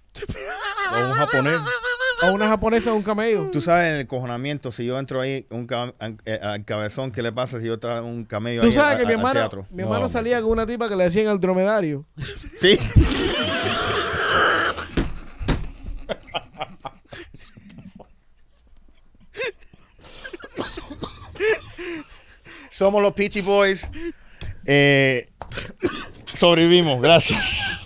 Speaker 4: O un japonés.
Speaker 6: A una japonesa un camello.
Speaker 3: Tú sabes, en el cojonamiento, si yo entro ahí un ca- an- eh, al cabezón, ¿qué le pasa si yo traigo un camello
Speaker 6: Tú
Speaker 3: ahí
Speaker 6: sabes
Speaker 3: a-
Speaker 6: que mi
Speaker 3: a- al
Speaker 6: hermano,
Speaker 3: teatro?
Speaker 6: mi hermano
Speaker 4: No,
Speaker 6: salía con una tipa que le decían el dromedario.
Speaker 3: Sí. Somos los Peachy Boys. Eh, sobrevivimos, gracias.